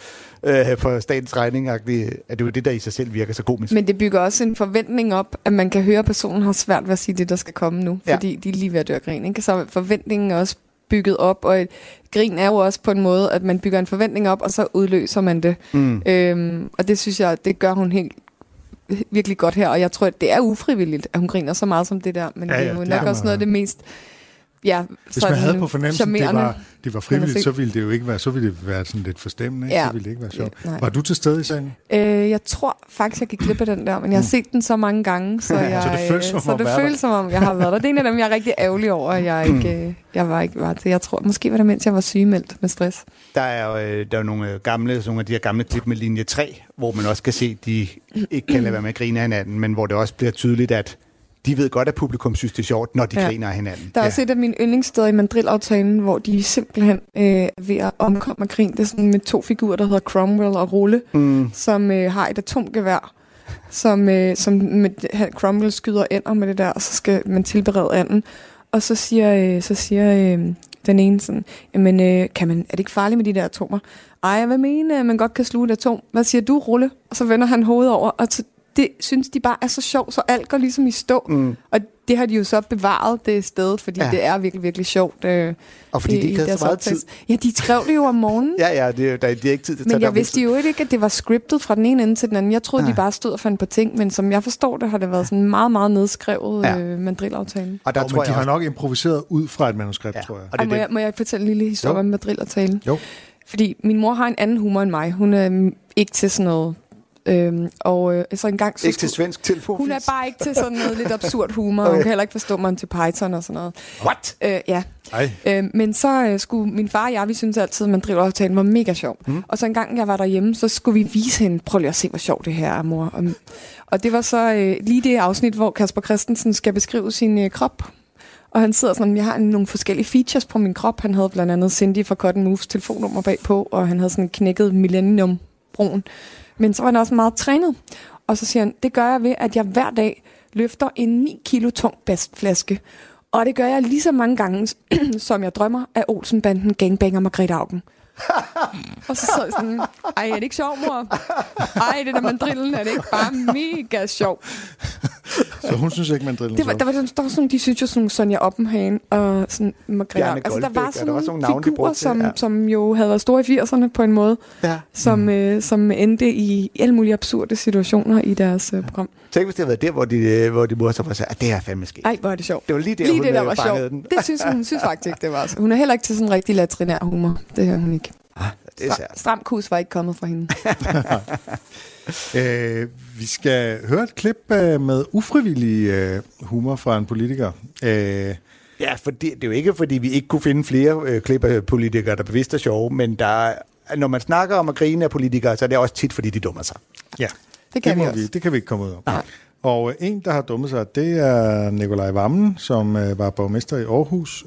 for statens regning, at det er jo det, der i sig selv virker så komisk. Men det bygger også en forventning op, at man kan høre, at personen har svært ved at sige det, der skal komme nu, fordi de er lige ved at dø af grin, ikke? Så forventningen er også bygget op, og et grin er jo også på en måde, at man bygger en forventning op, og så udløser man det. Og det synes jeg, det gør hun helt virkelig godt her, og jeg tror, at det er ufrivilligt, at hun griner så meget som det der, men det er jo nok også noget af det mest hvis man havde på fornemmelsen, det var frivilligt, så ville det jo ikke være, så ville det være sådan lidt forstemmende, ikke? Så ville det ikke være sjovt. Var du til stede i sagen? Jeg tror faktisk, jeg gik glip af den der, men jeg har set den så mange gange, så det føles som om, jeg har været der. Det er en af dem, jeg er rigtig ærgerlig over, at jeg ikke var til. Jeg tror, måske var det, mens jeg var sygemeldt med stress. Der er jo nogle af de her gamle klip med linje 3, hvor man også kan se, at de ikke kan lade være med at grine af hinanden, men hvor det også bliver tydeligt, at de ved godt, at publikum synes, det er sjovt, når de griner af hinanden. Der er også et af mine yndlingssteder i Mandrill-aftalen, hvor de simpelthen ved at omkomme af grin. Det er sådan med 2 figurer, der hedder Cromwell og Rulle, som har et atomgevær, som Cromwell skyder ender med det der, og så skal man tilberede anden. Og så siger den ene sådan, jamen, er det ikke farligt med de der atomer? Ej, jeg vil mene, at man godt kan sluge et atom. Hvad siger du, Rulle? Og så vender han hovedet over, og det synes de bare er så sjovt, så alt går ligesom i stå. Og det har de jo så bevaret det sted, fordi det er virkelig, virkelig sjovt. Og fordi de ikke havde så meget tid. Ja, de skrev det jo om morgenen. de har ikke tid til at men jeg vidste jo ikke, at det var scriptet fra den ene ende til den anden. Jeg troede, de bare stod og fandt på ting, men som jeg forstår det, har det været sådan meget, meget nedskrevet Madrid-aftalen. Og der tror jeg de har nok improviseret ud fra et manuskript, tror jeg. Og må jeg fortælle en lille historie om Madrid-aftalen? Jo. Fordi min mor har en anden humor end mig. Hun er ikke til sådan noget. Så en gang... Ikke til svensk telefon. Hun er bare ikke til sådan noget lidt absurd humor. Okay. Hun kan heller ikke forstå Monty Python og sådan noget. What? Ja. Men så skulle min far og jeg, vi synes altid, at Madrid-aftalen var mega sjov. Og så en gang, jeg var derhjemme, så skulle vi vise hende, prøv lige at se, hvor sjov det her er, mor. Og det var så lige det afsnit, hvor Kasper Christensen skal beskrive sin krop. Og han sidder sådan, jeg har nogle forskellige features på min krop. Han havde blandt andet Cindy fra Cotton Moves telefonnummer bagpå, og han havde sådan knækket Millennium-broen. Men så var han også meget trænet. Og så siger han, det gør jeg ved, at jeg hver dag løfter en 9 kilo tung bastflaske. Og det gør jeg lige så mange gange, som jeg drømmer af Olsenbanden gangbanger Margrethe Auken. Og så sad jeg sådan, ej, er det ikke sjov, mor? Ej, det der mandrillen, er det ikke bare mega sjov? Så hun synes ikke, mandrillen er sjov? Der var sådan, de synes jo sådan Sonja Oppenhagen og sådan Margrethe Auken. Altså, der var sådan nogle figurer, som jo havde været store i 80'erne på en måde, som endte i alle mulige absurde situationer i deres program. Tænk, hvis det havde været der, hvor de morser for sig, at det er fandme sket. Ej, hvor er det sjovt. Det var lige der, der var sjovt. Den. Det synes hun faktisk ikke, det var. Så. Hun er heller ikke til sådan rigtig latrinær humor. Det hører hun ikke. Stram kus var ikke kommet fra hende. Vi skal høre et klip med ufrivillig humor fra en politiker. Ja, for det er jo ikke, fordi vi ikke kunne finde flere klip af politikere, der bevidst er sjove, men når man snakker om at grine af politikere, så er det også tit, fordi de dummer sig. Ja, det kan vi ikke komme ud af. Nej. Og en, der har dummet sig, det er Nikolaj Wammen, som var borgmester i Aarhus.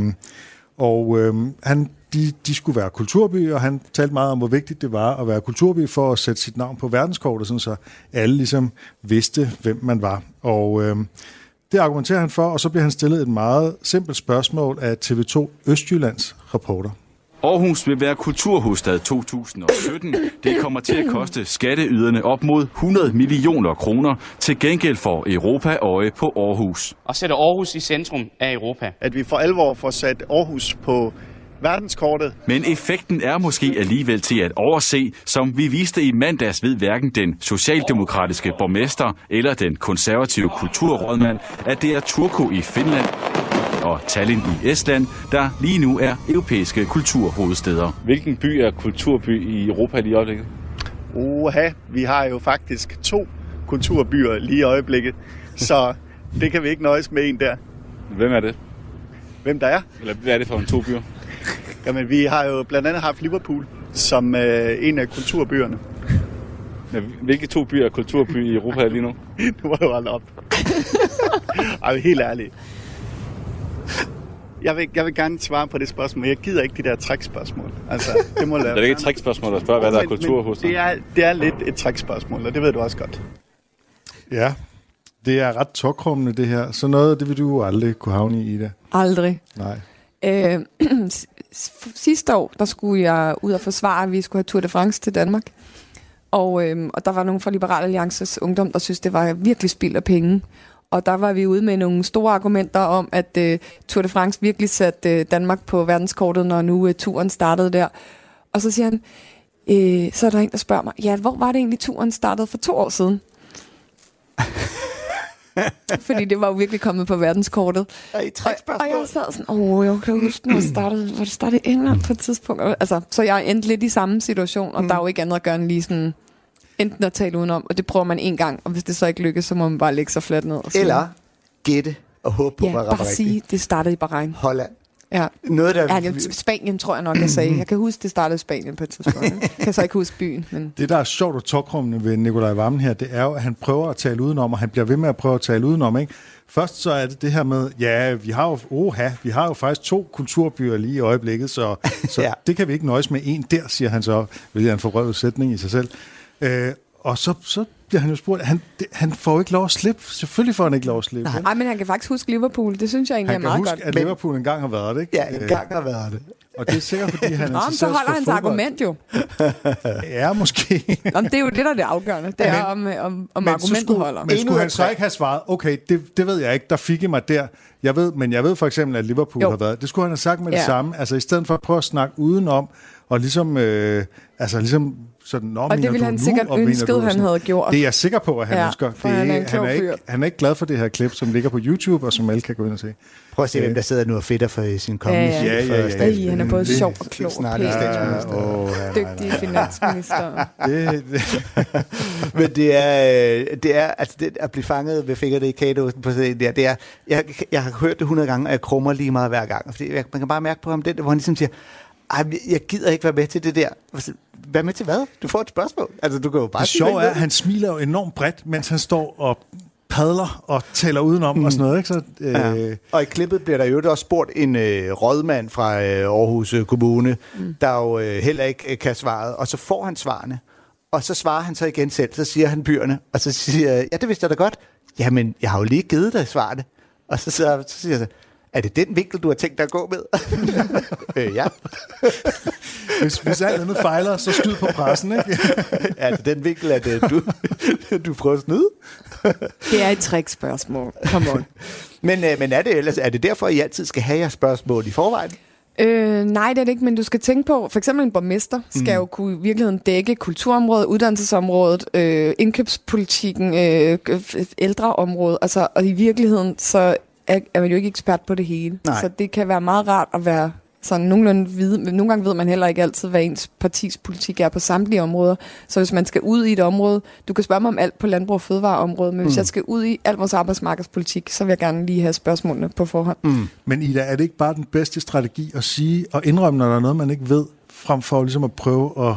De skulle være kulturby, og han talte meget om, hvor vigtigt det var at være kulturby for at sætte sit navn på verdenskortet, sådan så alle ligesom vidste, hvem man var. Og det argumenterer han for, og så bliver han stillet et meget simpelt spørgsmål af TV2 Østjyllands reporter. Aarhus vil være kulturhovedstad 2017. Det kommer til at koste skatteyderne op mod 100 millioner kroner. Til gengæld får Europa øje på Aarhus. Og sætte Aarhus i centrum af Europa. At vi for alvor får sat Aarhus på verdenskortet. Men effekten er måske alligevel til at overse, som vi viste i mandags ved hverken den socialdemokratiske borgmester eller den konservative kulturrådmand, at det er Turku i Finland og Tallinn i Estland, der lige nu er europæiske kulturhovedsteder. Hvilken by er kulturby i Europa lige i øjeblikket? Vi har jo faktisk 2 kulturbyer lige i øjeblikket, så det kan vi ikke nøjes med en der. Hvem er det? Hvem der er? Eller hvad er det for en 2 byer? Jamen, vi har jo blandt andet haft Liverpool som en af kulturbyerne. Ja, hvilke 2 byer er kulturby i Europa lige nu? Nu var jo aldrig op. Ej, helt ærligt. Jeg vil gerne svare på det spørgsmål. Jeg gider ikke de der trækspørgsmål. Altså, det må lade. Det er ikke et trækspørgsmål at spørge, hvad der er kultur hos dig. Det er lidt et trækspørgsmål, og det ved du også godt. Ja, det er ret tåkrummende det her. Så noget, det vil du aldrig kunne havne i det. Aldrig. Nej. Sidste år, der skulle jeg ud og forsvare, at vi skulle have Tour de France til Danmark. Og der var nogen fra Liberal Alliances Ungdom, der synes, det var virkelig spild af penge. Og der var vi ude med nogle store argumenter om, at Tour de France virkelig satte Danmark på verdenskortet, når nu turen startede der. Og så siger han, så er der en, der spørger mig, ja, hvor var det egentlig turen startede for 2 år siden? Fordi det var jo virkelig kommet på verdenskortet. Og jeg sad sådan, jeg kan huske, hvor det startede i England på et tidspunkt. Altså, så jeg endte lidt i samme situation, og der er jo ikke andet at gøre end lige sådan, enten at tale udenom, og det prøver man en gang, og hvis det så ikke lykkes, så må man bare lægge sig fladt ned. Eller gætte og håbe på, at det bare sige, det startede i Bahrain. Holland. Ja. Noget, der... Spanien tror jeg nok, jeg sagde. Jeg kan huske, det startede i Spanien på et tidspunkt. Jeg kan så ikke huske byen. Men... Det, der er sjovt og tåkrummende ved Nikolaj Wammen her, det er jo, at han prøver at tale udenom, og han bliver ved med at prøve at tale udenom, ikke? Først så er det her med, ja, vi har jo faktisk 2 kulturbyer lige i øjeblikket, så ja. Det kan vi ikke nøjes med en der, siger han så, hvilket er en forrøvet sætning i sig selv. Og så bliver han jo spurgt, han får jo ikke lov at slippe. Selvfølgelig får han ikke lov at slippe. Nej, men han kan faktisk huske Liverpool. Det synes jeg egentlig er meget godt. Han kan huske, at Liverpool engang har været det, ikke? Ja, engang har været det. Og det er sikkert, fordi han er så holder hans argument jo. Ja, måske. Det er jo det, der er det afgørende. Det er, om argumentet holder. Men skulle han så ikke have svaret, okay, det ved jeg ikke, der fik I mig der. Jeg ved for eksempel, at Liverpool har været. Det skulle han have sagt med det samme. Altså i stedet for at prøve at snakke udenom, og ligesom sådan, og det ville han sikkert ønsket, han havde gjort. Det er jeg sikker på, at han ønsker. Han er ikke glad for det her klip, som ligger på YouTube, og som alle kan gå ind og se. Prøv at se, hvem der sidder nu og fedter for sin kommende chef. Ja. Han er både sjov og klog. Dygtig finansminister. Men det er altså det at blive fanget ved fingerne i kageåsen på det der. Jeg har hørt det 100 gange, og jeg krummer lige meget hver gang. Fordi man kan bare mærke på ham, hvor han ligesom siger, jeg gider ikke være med til det der. Hvad med til hvad? Du får et spørgsmål. Altså, du kan jo bare det sjove er, at han smiler jo enormt bredt, mens han står og padler og tæller udenom og sådan noget. Ikke? Så, Og i klippet bliver der jo også spurgt en rådmand fra Aarhus Kommune, der jo heller ikke kan svaret. Og så får han svarene. Og så svarer han så igen selv. Så siger han byerne. Og så siger jeg, ja, det vidste jeg da godt. Jamen, jeg har jo lige givet dig svarene. Og så siger jeg, er det den vinkel, du har tænkt dig at gå med? Ja. Hvis alt andet fejler, så skyd på pressen, ikke? Er det den vinkel, at du prøver at snyde? Det er et trickspørgsmål. Come on. Men er det derfor, I altid skal have jeres spørgsmål i forvejen? Nej, det er det ikke, men du skal tænke på, for eksempel en borgmester skal jo kunne i virkeligheden dække kulturområdet, uddannelsesområdet, indkøbspolitikken, ældreområdet, altså, og i virkeligheden så er man jo ikke ekspert på det hele. Nej. Så det kan være meget rart at være sådan nogenlunde vide, men nogle gange ved man heller ikke altid, hvad ens partis politik er på samtlige områder. Så hvis man skal ud i et område, du kan spørge mig om alt på landbrug- og fødevareområdet, men hvis jeg skal ud i alt vores arbejdsmarkedspolitik, så vil jeg gerne lige have spørgsmålene på forhånd. Men Ida, er det ikke bare den bedste strategi at sige og indrømme, når der er noget, man ikke ved, frem for ligesom at prøve at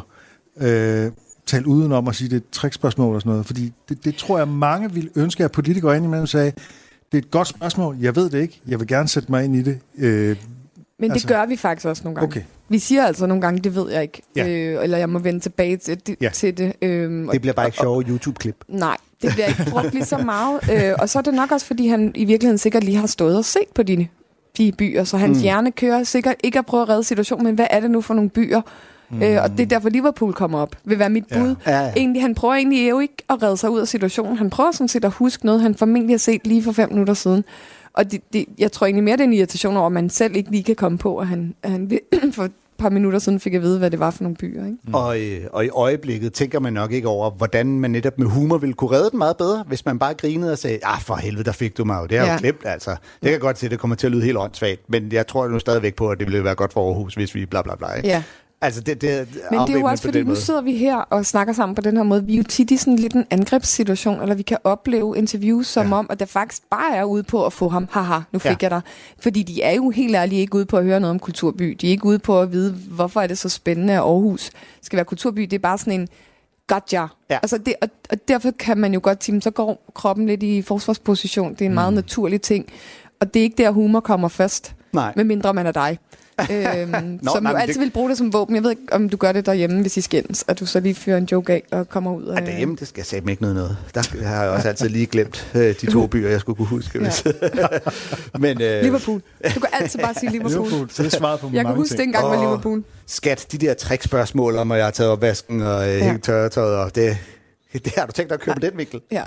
tale udenom og sige, det er et trickspørgsmål og sådan noget? Fordi det tror jeg, mange vil ønske, at politikere indimellem sagde, det er et godt spørgsmål, jeg ved det ikke, jeg vil gerne sætte mig ind i det. Men det gør vi faktisk også nogle gange. Okay. Vi siger altså nogle gange, det ved jeg ikke. Ja. Eller jeg må vende tilbage til det. Det bliver bare ikke sjove YouTube-klip. Nej, det bliver ikke brugt lige så meget. Og så er det nok også, fordi han i virkeligheden sikkert lige har stået og set på de byer. Så hans hjerne kører sikkert ikke at prøve at redde situationen, men hvad er det nu for nogle byer? Og det er derfor Liverpool kommer op, vil være mit bud. Ja. Egentlig, han prøver egentlig jo ikke at redde sig ud af situationen. Han prøver sådan set at huske noget, han formentlig har set lige for 5 minutter siden. Og jeg tror egentlig mere, det er en irritation over, at man selv ikke lige kan komme på, at han for et par minutter siden fik at vide, hvad det var for nogle byer. Ikke? Og i øjeblikket tænker man nok ikke over, hvordan man netop med humor ville kunne redde den meget bedre, hvis man bare grinede og sagde, for helvede, der fik du mig jo. Det er jo glemt, altså. Det kan godt se, det kommer til at lyde helt åndssvagt, men jeg tror nu stadigvæk på, at det ville være godt for Aarhus, hvis vi bla bla bla. Ikke? Ja. Altså men det er jo også fordi, nu sidder vi her og snakker sammen på den her måde. Vi er jo tit i sådan lidt en angrebssituation, eller vi kan opleve interviews som om, at der faktisk bare er ude på at få ham. Haha, nu fik jeg dig. Fordi de er jo helt ærligt ikke ude på at høre noget om kulturby. De er ikke ude på at vide, hvorfor er det så spændende, at Aarhus skal være kulturby. Det er bare sådan en gotcha. Ja. Altså og derfor kan man jo godt sige, så går kroppen lidt i forsvarsposition. Det er en meget naturlig ting. Og det er ikke der, humor kommer først. Nej. Medmindre man er dig. Som jo altid vil bruge det som våben. Jeg ved ikke, om du gør det derhjemme, hvis I skændes, at du så lige fyrer en joke af og kommer ud af... derhjemme, det skal jeg sætte mig ikke noget. Der har jeg også altid lige glemt de 2 byer, jeg skulle kunne huske. Ja. Men, Liverpool. Du kan altid bare sige Liverpool. Så det er svaret på jeg kan huske det engang med Liverpool. Skat, de der trickspørgsmål om, at jeg har taget opvasken og helt tørretøjet, og det har du tænkt dig at købe den vinkel? Ja.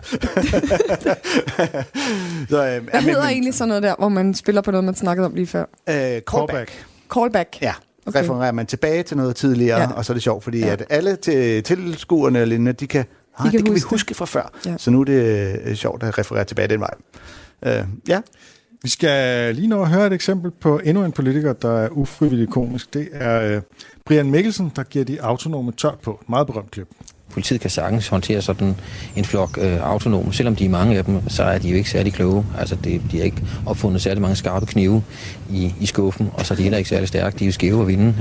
Hvad hedder egentlig sådan noget der, hvor man spiller på noget, man snakkede om lige før? Callback. Ja. Okay. Refererer man tilbage til noget tidligere, og så er det sjovt, fordi at alle tilskuerne eller lignende, det kan vi huske fra før. Ja. Så nu er det sjovt at referere tilbage den vej. Vi skal lige nå at høre et eksempel på endnu en politiker, der er ufrivilligt komisk. Det er Brian Mikkelsen, der giver de autonome tørt på. Meget berømt klip. Politiet kan sagtens håndtere sådan en flok autonome. Selvom de er mange af dem, så er de jo ikke særlig kloge. Altså, de har ikke opfundet særlig mange skarpe knive i skuffen, og så er de heller ikke særlig stærke. De er jo skæve og vinde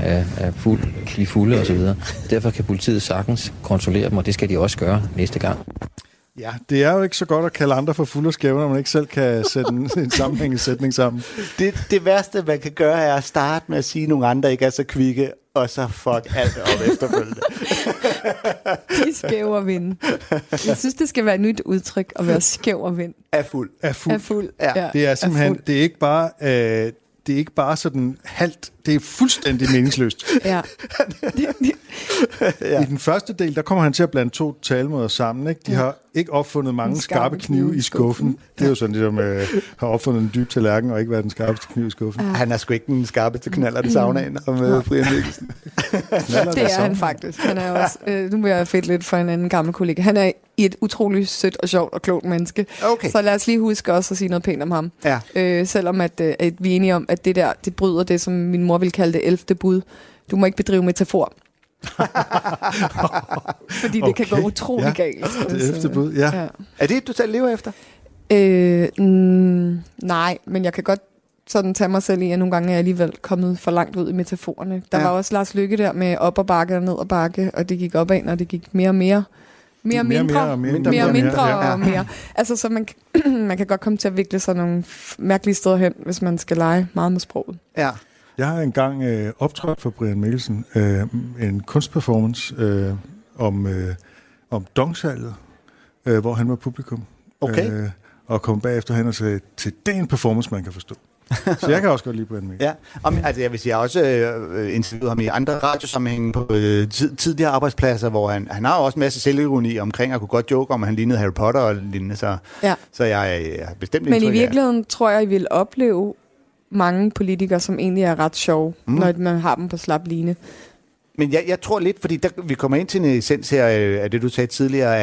de er fulde osv. Derfor kan politiet sagtens kontrollere dem, og det skal de også gøre næste gang. Ja, det er jo ikke så godt at kalde andre for fuld og skæve, når man ikke selv kan sætte en sammenhængende sætning sammen. Det værste, man kan gøre, er at starte med at sige, at nogle andre ikke er så kvikke, og så fuck alt op efterfølgende. De skæve og vinde. Jeg synes, det skal være et nyt udtryk at være skæv og vind. Er fuld. Er fuld. Ja. Det er simpelthen, det er ikke bare sådan halvt, det er fuldstændig meningsløst. Ja. I den første del, der kommer han til at blande 2 talemåder sammen. Ikke? De har ikke opfundet mange skarpe knive i skuffen. Det er jo sådan, ligesom har opfundet en dyb tallerken og ikke været den skarpeste kniv i skuffen. Han er sgu ikke den skarpeste knaller, det savner en om Brian Mikkelsen. Det er han faktisk. Han er også, nu vil jeg fedt lidt for en anden gammel kollega. Han er et utroligt sødt og sjovt og klogt menneske. Okay. Så lad os lige huske også at sige noget pænt om ham. Ja. Selvom at vi er enige om, at det der, det bryder det, som min mor ville kalde det 11. bud. Du må ikke bedrive metafor. Fordi det kan gå utrolig galt. Det 11. bud, ja. Er det du selv lever efter? Nej, men jeg kan godt sådan tage mig selv i, at nogle gange er jeg alligevel kommet for langt ud i metaforerne. Der var også Lars Løkke der med op og bakke og ned og bakke, og det gik opad, og det gik mere og mere. Mere. Altså, så man kan godt komme til at vikle sådan nogle mærkelige steder hen, hvis man skal lege meget med sproget. Ja. Jeg har engang optrådt for Brian Mikkelsen en kunstperformance om dongsalget, hvor han var publikum. Okay. Og kom bagefter hen og sagde, til det er en performance, man kan forstå. Så jeg kan også godt lide Brian Mikkelsen. Ja, altså jeg vil sige, jeg har også interviewet ham i andre radiosammenhænge på tidligere arbejdspladser, hvor han har også en masse selvironi omkring at kunne godt joke om, at han lignede Harry Potter og lignende. Så jeg har bestemt men i virkeligheden tror jeg, I vil opleve mange politikere, som egentlig er ret sjove, når man har dem på slap line. Men jeg tror lidt, fordi vi kommer ind til en essens her af det, du sagde tidligere,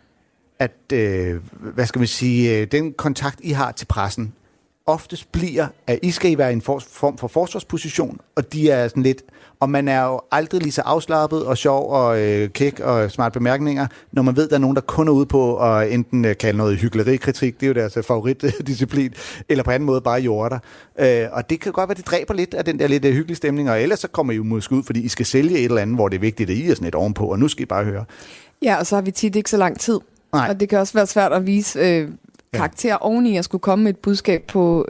at hvad skal man sige, den kontakt, I har til pressen, oftest bliver, at I skal være i en form for forsvarsposition, og de er sådan lidt, og man er jo aldrig lige så afslappet og sjov og kæk og smart bemærkninger, når man ved, at der er nogen, der kun er ude på at enten kalde noget hyklerikritik, det er jo deres favoritdisciplin, eller på anden måde bare jorder. Og det kan godt være, det dræber lidt af den der lidt hyggelige stemning, og ellers så kommer I jo måske ud, fordi I skal sælge et eller andet, hvor det er vigtigt, at I er sådan lidt ovenpå, og nu skal I bare høre. Ja, og så har vi tit ikke så lang tid. Nej. Og det kan også være svært at vise karakter oveni at skulle komme med et budskab på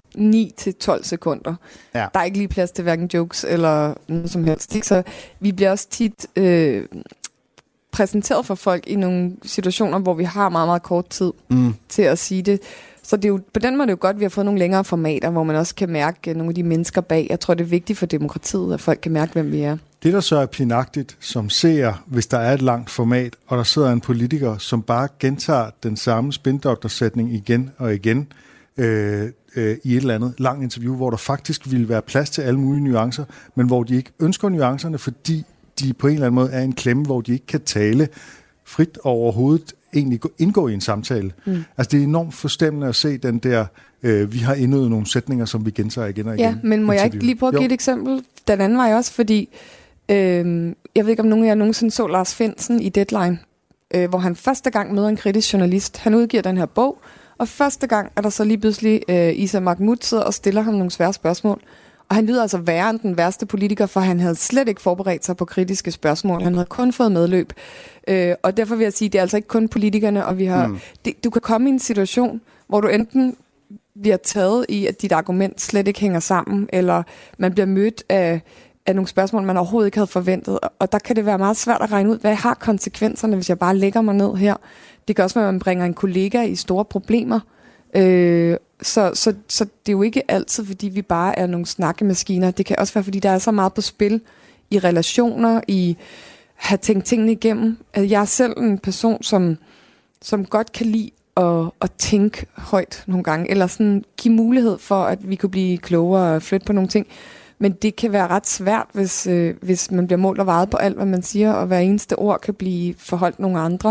9-12 sekunder. Ja. Der er ikke lige plads til hverken jokes eller noget som helst. Så vi bliver også tit præsenteret for folk i nogle situationer, hvor vi har meget, meget kort tid til at sige det. Så det er jo, på den måde er det jo godt, at vi har fået nogle længere formater, hvor man også kan mærke nogle af de mennesker bag. Jeg tror, det er vigtigt for demokratiet, at folk kan mærke, hvem vi er. Det, der så er pinagtigt, som ser, hvis der er et langt format, og der sidder en politiker, som bare gentager den samme spindoktorsætning igen og igen i et eller andet langt interview, hvor der faktisk ville være plads til alle mulige nuancer, men hvor de ikke ønsker nuancerne, fordi de på en eller anden måde er en klemme, hvor de ikke kan tale frit overhovedet egentlig indgå i en samtale. Altså det er enormt forstemmende at se den der, vi har indøvet nogle sætninger, som vi gentager igen og igen. Ja, men må jeg ikke lige prøve at give et eksempel? Den anden vej også, fordi jeg ved ikke, om nogen af jer nogensinde så Lars Findsen i Deadline, hvor han første gang møder en kritisk journalist. Han udgiver den her bog, og første gang er der så lige pludselig Isa Mahmoud sidder og stiller ham nogle svære spørgsmål. Og han lyder altså værre end den værste politiker, for han havde slet ikke forberedt sig på kritiske spørgsmål. Han havde kun fået medløb. Og derfor vil jeg sige, at det er altså ikke kun politikerne, og vi har... Du kan komme i en situation, hvor du enten bliver taget i, at dit argument slet ikke hænger sammen, eller man bliver mødt af nogle spørgsmål, man overhovedet ikke havde forventet. Og der kan det være meget svært at regne ud, hvad har konsekvenserne, hvis jeg bare lægger mig ned her. Det kan også være, at man bringer en kollega i store problemer. Så det er jo ikke altid, fordi vi bare er nogle snakkemaskiner. Det kan også være, fordi der er så meget på spil i relationer, i have tænkt tingene igennem. Jeg er selv en person, som godt kan lide at tænke højt nogle gange, eller sådan give mulighed for, at vi kunne blive klogere og flytte på nogle ting. Men det kan være ret svært, hvis man bliver målt og vejet på alt, hvad man siger, og hver eneste ord kan blive forholdt nogle andre.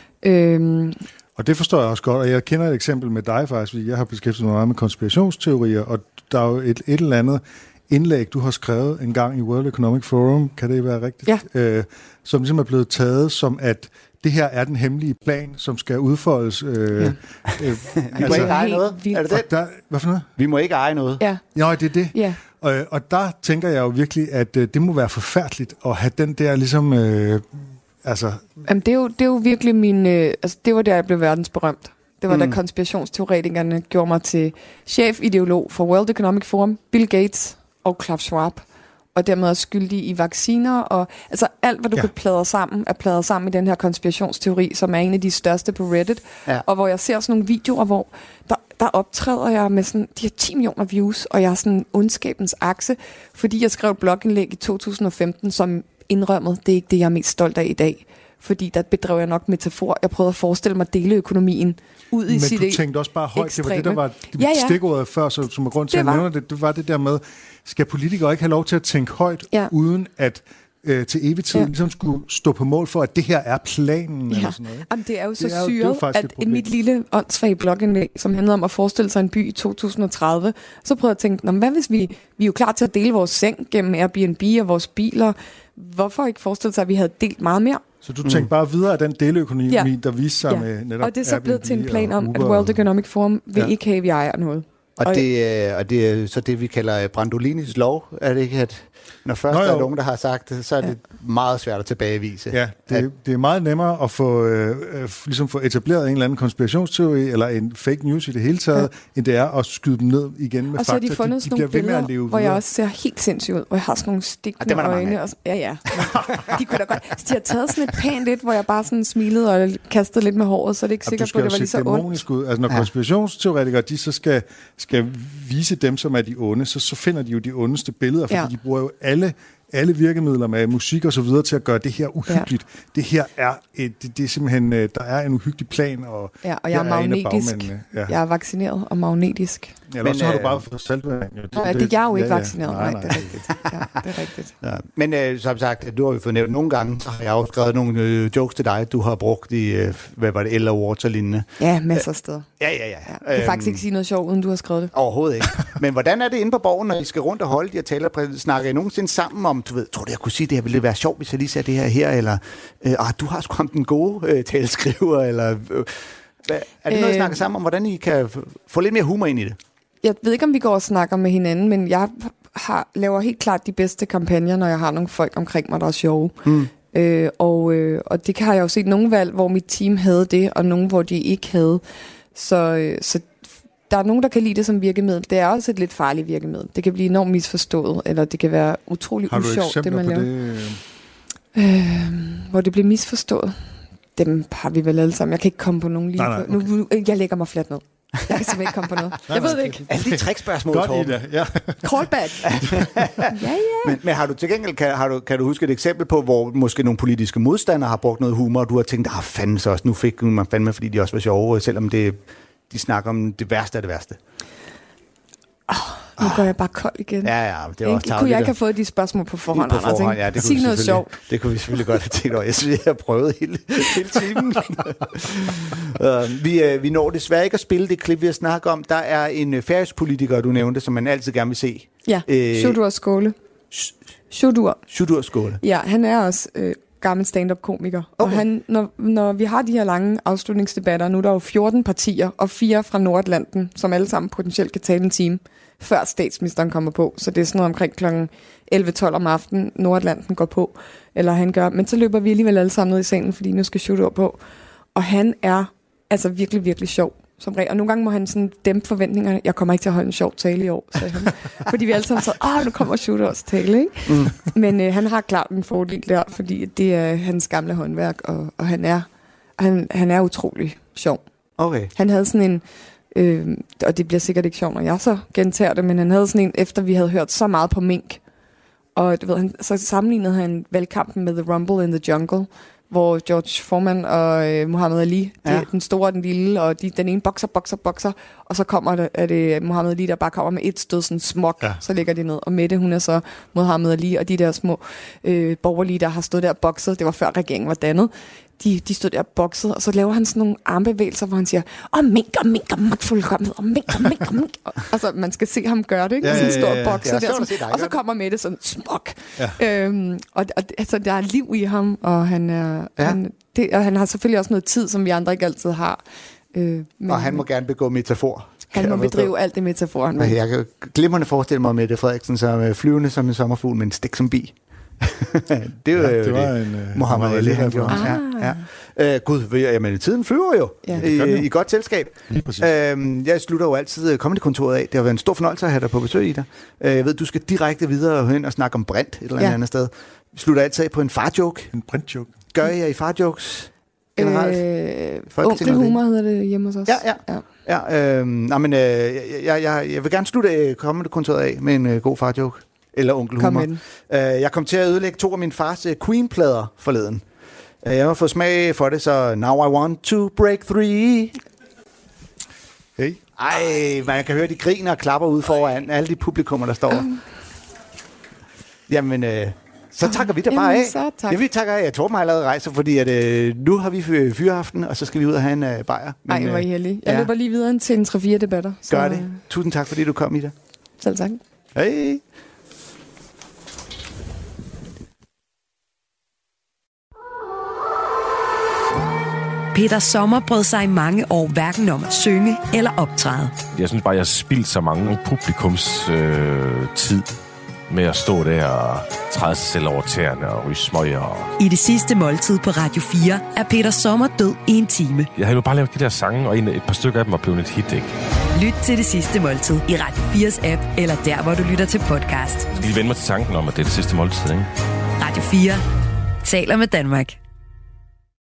Og det forstår jeg også godt, og jeg kender et eksempel med dig faktisk, fordi jeg har beskæftiget mig meget med konspirationsteorier, og der er jo et eller andet indlæg, du har skrevet en gang i World Economic Forum, kan det være rigtigt? Ja. Som ligesom er blevet taget som, at det her er den hemmelige plan, som skal udfoldes. Vi må ikke eje noget. Er det det? Hvad for noget? Vi må ikke eje noget. Ja. Jo, det er det. Ja. Og der tænker jeg jo virkelig, at det må være forfærdeligt at have den der ligesom Altså... Jamen, det er jo virkelig min... altså, det var der, jeg blev verdensberømt. Det var da konspirationsteoretikerne gjorde mig til chefideolog for World Economic Forum, Bill Gates og Klaus Schwab. Og dermed også skyldig i vacciner. Og altså alt, hvad du kan pladre sammen, er pladret sammen i den her konspirationsteori, som er en af de største på Reddit. Ja. Og hvor jeg ser sådan nogle videoer, hvor der optræder jeg med sådan, de har 10 millioner views, og jeg er sådan ondskabens akse, fordi jeg skrev et blogindlæg i 2015, som indrømmede, det er ikke det, jeg er mest stolt af i dag. Fordi der bedrev jeg nok metafor. Jeg prøvede at forestille mig deleøkonomien ud i sit. Men du tænkte også bare højt, ekstreme. Det var det, der var stikordet før, som er grund til at nævne det. Det var det der med, skal politikere ikke have lov til at tænke højt, uden at til evig tid ligesom skulle stå på mål for, at det her er planen eller sådan noget. Jamen, det er jo så syret, at i mit lille åndssvage blogindlæg, som handlede om at forestille sig en by i 2030, så prøvede jeg at tænke, hvad hvis vi er jo klar til at dele vores seng gennem Airbnb og vores biler. Hvorfor ikke forestille sig, at vi havde delt meget mere? Så du tænkte bare videre af den deleøkonomi, der viste sig med netop. Og det er så blevet til en plan om, at World Economic Forum vil ikke have, at vi ejer noget. Og det er så det, vi kalder Brandolinis lov, er det ikke, at når først der er nogen, der har sagt det, så er det meget svært at tilbagevise. Ja, det er meget nemmere at få etableret en eller anden konspirationsteori, eller en fake news i det hele taget, end det er at skyde dem ned igen med fakta. Og så har de fundet sådan nogle billeder, hvor jeg også ser helt sindssygt ud, hvor jeg har sådan nogle stikkende øjne. Og de kunne da godt. Så de har taget sådan et pænt lidt, hvor jeg bare sådan smilede og kastede lidt med håret, så det er ikke sikkert på, at det var lige så ondt. Altså når konspirationsteoretikere, de så skal vise dem, som er de onde, så finder de jo de ondeste billeder, fordi de bruger jo alle virkemidler med musik og så videre til at gøre det her uhyggeligt. Det her er det er simpelthen, der er en uhyggelig plan. Og jeg er magnetisk. Jeg er vaccineret og magnetisk. Ja, men så har du bare fået saltvand. Det er jo ikke vaccineret. Nej. Det er rigtigt. Det er rigtigt. Ja. Men som sagt, du har jo fået nævnt nogle gange, så har jeg også skrevet nogle jokes til dig, du har brugt i, hvad var det, L Awards og lignende. Ja, masser af steder. Ja. Jeg kan faktisk ikke sige noget sjovt, uden du har skrevet det. Overhovedet ikke. Men hvordan er det inde på Borgen, når I skal rundt og holde de her taler? Snakker I nogensinde sammen om, tror du, jeg kunne sige det her, ville det være sjovt, hvis jeg lige sagde det her, eller du har sgu den gode taleskriver, eller er det noget, I snakker sammen om, hvordan I kan få lidt mere humor ind i det? Jeg ved ikke, om vi går og snakker med hinanden, men jeg laver helt klart de bedste kampagner, når jeg har nogle folk omkring mig, der er sjove. Og det har jeg jo set nogle valg, hvor mit team havde det, og nogle, hvor de ikke havde. Så der er nogen, der kan lide det som virkemiddel. Det er også et lidt farligt virkemiddel. Det kan blive enormt misforstået, eller det kan være utrolig usjovt, det man laver. Hvor det bliver misforstået. Dem har vi vel alle sammen. Jeg kan ikke komme på nogen lige okay. Nu, jeg lægger mig fladt ned. Jeg kan simpelthen ikke komme på noget. Jeg ved det ikke. Alle de trickspørgsmål, Torben. Callback. Ja. Men har du til gengæld, kan du huske et eksempel på, hvor måske nogle politiske modstandere har brugt noget humor, og du har tænkt, fanden så også, nu fik man fandme, fordi de også var sjove, selvom de snakker om det værste af det værste. Nu går jeg bare kold igen. Ja, det var også tarveligt. Kunne jeg ikke have fået de spørgsmål på forhånd, Anders? Ja, sig noget sjovt. Det kunne vi selvfølgelig godt have tænkt over. Jeg synes, jeg har prøvet hele timen. Vi når desværre ikke at spille det klip, vi har snakket om. Der er en færøsk politiker, du nævnte, som man altid gerne vil se. Ja, Sjúrður Skaale. Sjúrður Skaale. Ja, han er også gammel stand-up-komiker. Okay. Og han, når vi har de her lange afslutningsdebatter, nu er der jo 14 partier og 4 fra Nordatlanten, som alle sammen potentielt kan tale en time, før statsministeren kommer på. Så det er sådan noget omkring kl. 11-12 om aftenen, Nordatlanten går på, eller han gør. Men så løber vi alligevel alle sammen ned i salen, fordi nu skal Sjúrður på. Og han er altså virkelig, virkelig sjov. Som regel. Og nogle gange må han sådan dæmpe forventningerne. Jeg kommer ikke til at holde en sjov tale i år, sagde han. Fordi vi alle sammen sagde, nu kommer Sjúrðurs tale, ikke? Men han har klart en fordel der, fordi det er hans gamle håndværk, og han er utrolig sjov. Okay. Han havde sådan en, og det bliver sikkert ikke sjovt, når jeg så gentager det, men han havde sådan en, efter vi havde hørt så meget på mink, og du ved, så sammenlignede han valgkampen med The Rumble in the Jungle, hvor George Foreman og Muhammad Ali, den store og den lille, og den ene bokser, og så kommer det Muhammad Ali, der bare kommer med et stød, sådan smok, så ligger de ned. Og Mette, hun er så Muhammad Ali, og de der små borgerlige, der har stået der og bokset, det var før regeringen var dannet, de stod der og boksede, og så laver han sådan nogle armbevægelser, hvor han siger, mink, magtfuldkommenhed, og mink. Og så man skal se ham gøre det, ikke? Sådan en stor bokser der, sådan, og så kommer Mette sådan, smok. Og altså, der er liv i ham, og han har selvfølgelig også noget tid, som vi andre ikke altid har. Og han må gerne begå metafor. Han må bedrive alt det metafor. Jeg kan glimrende forestille mig Mette Frederiksen som flyvende som en sommerfugl med en stik som bi. Det var det var en Muhammad Ali, han gjorde. Ja. Gud, jamen tiden flyver jo i godt selskab. Jeg slutter jo altid Comedy-kontoret af. Det har været en stor fornøjelse at have dig på besøg, Ida. Jeg ved, du skal direkte videre hen og snakke om Brint et eller andet sted. Vi slutter altid af på en far-joke. En Brint-joke. Gør I i far-jokes generelt? Onkelhumor hedder det hjemme hos os. Jeg vil gerne slutte Comedy-kontoret af med en god far-joke. Eller onkelhumor. Jeg kom til at ødelægge 2 af min fars Queen-plader forleden. Jeg har fået smag for det, så now I want to break 3. Hey. Ej, man kan høre, de griner og klapper ud foran alle de publikummer, der står. Jamen, så takker vi da bare af. Ja, vi takker af. Torben har allerede rejser, fordi at, nu har vi fyreaften, og så skal vi ud og have en bajer. Ej, hvor er I heldige. Jeg løber lige videre til en 3-4 debatter. Så... Gør det. Tusind tak, fordi du kom, Ida. Selv tak. Hej. Peter Sommer brød sig i mange år hverken om at synge eller optræde. Jeg synes bare, jeg har spildt så mange publikums tid med at stå der og træde sig selv over tæerne og ryge smøger. I Det Sidste Måltid på Radio 4 er Peter Sommer død i en time. Jeg har jo bare lavet de der sange, og et par stykker af dem var blevet et hit, ikke? Lyt til Det Sidste Måltid i Radio 4's app, eller der, hvor du lytter til podcast. Jeg skal lige vende mig til tanken om, at det er det sidste måltid, ikke? Radio 4 taler med Danmark.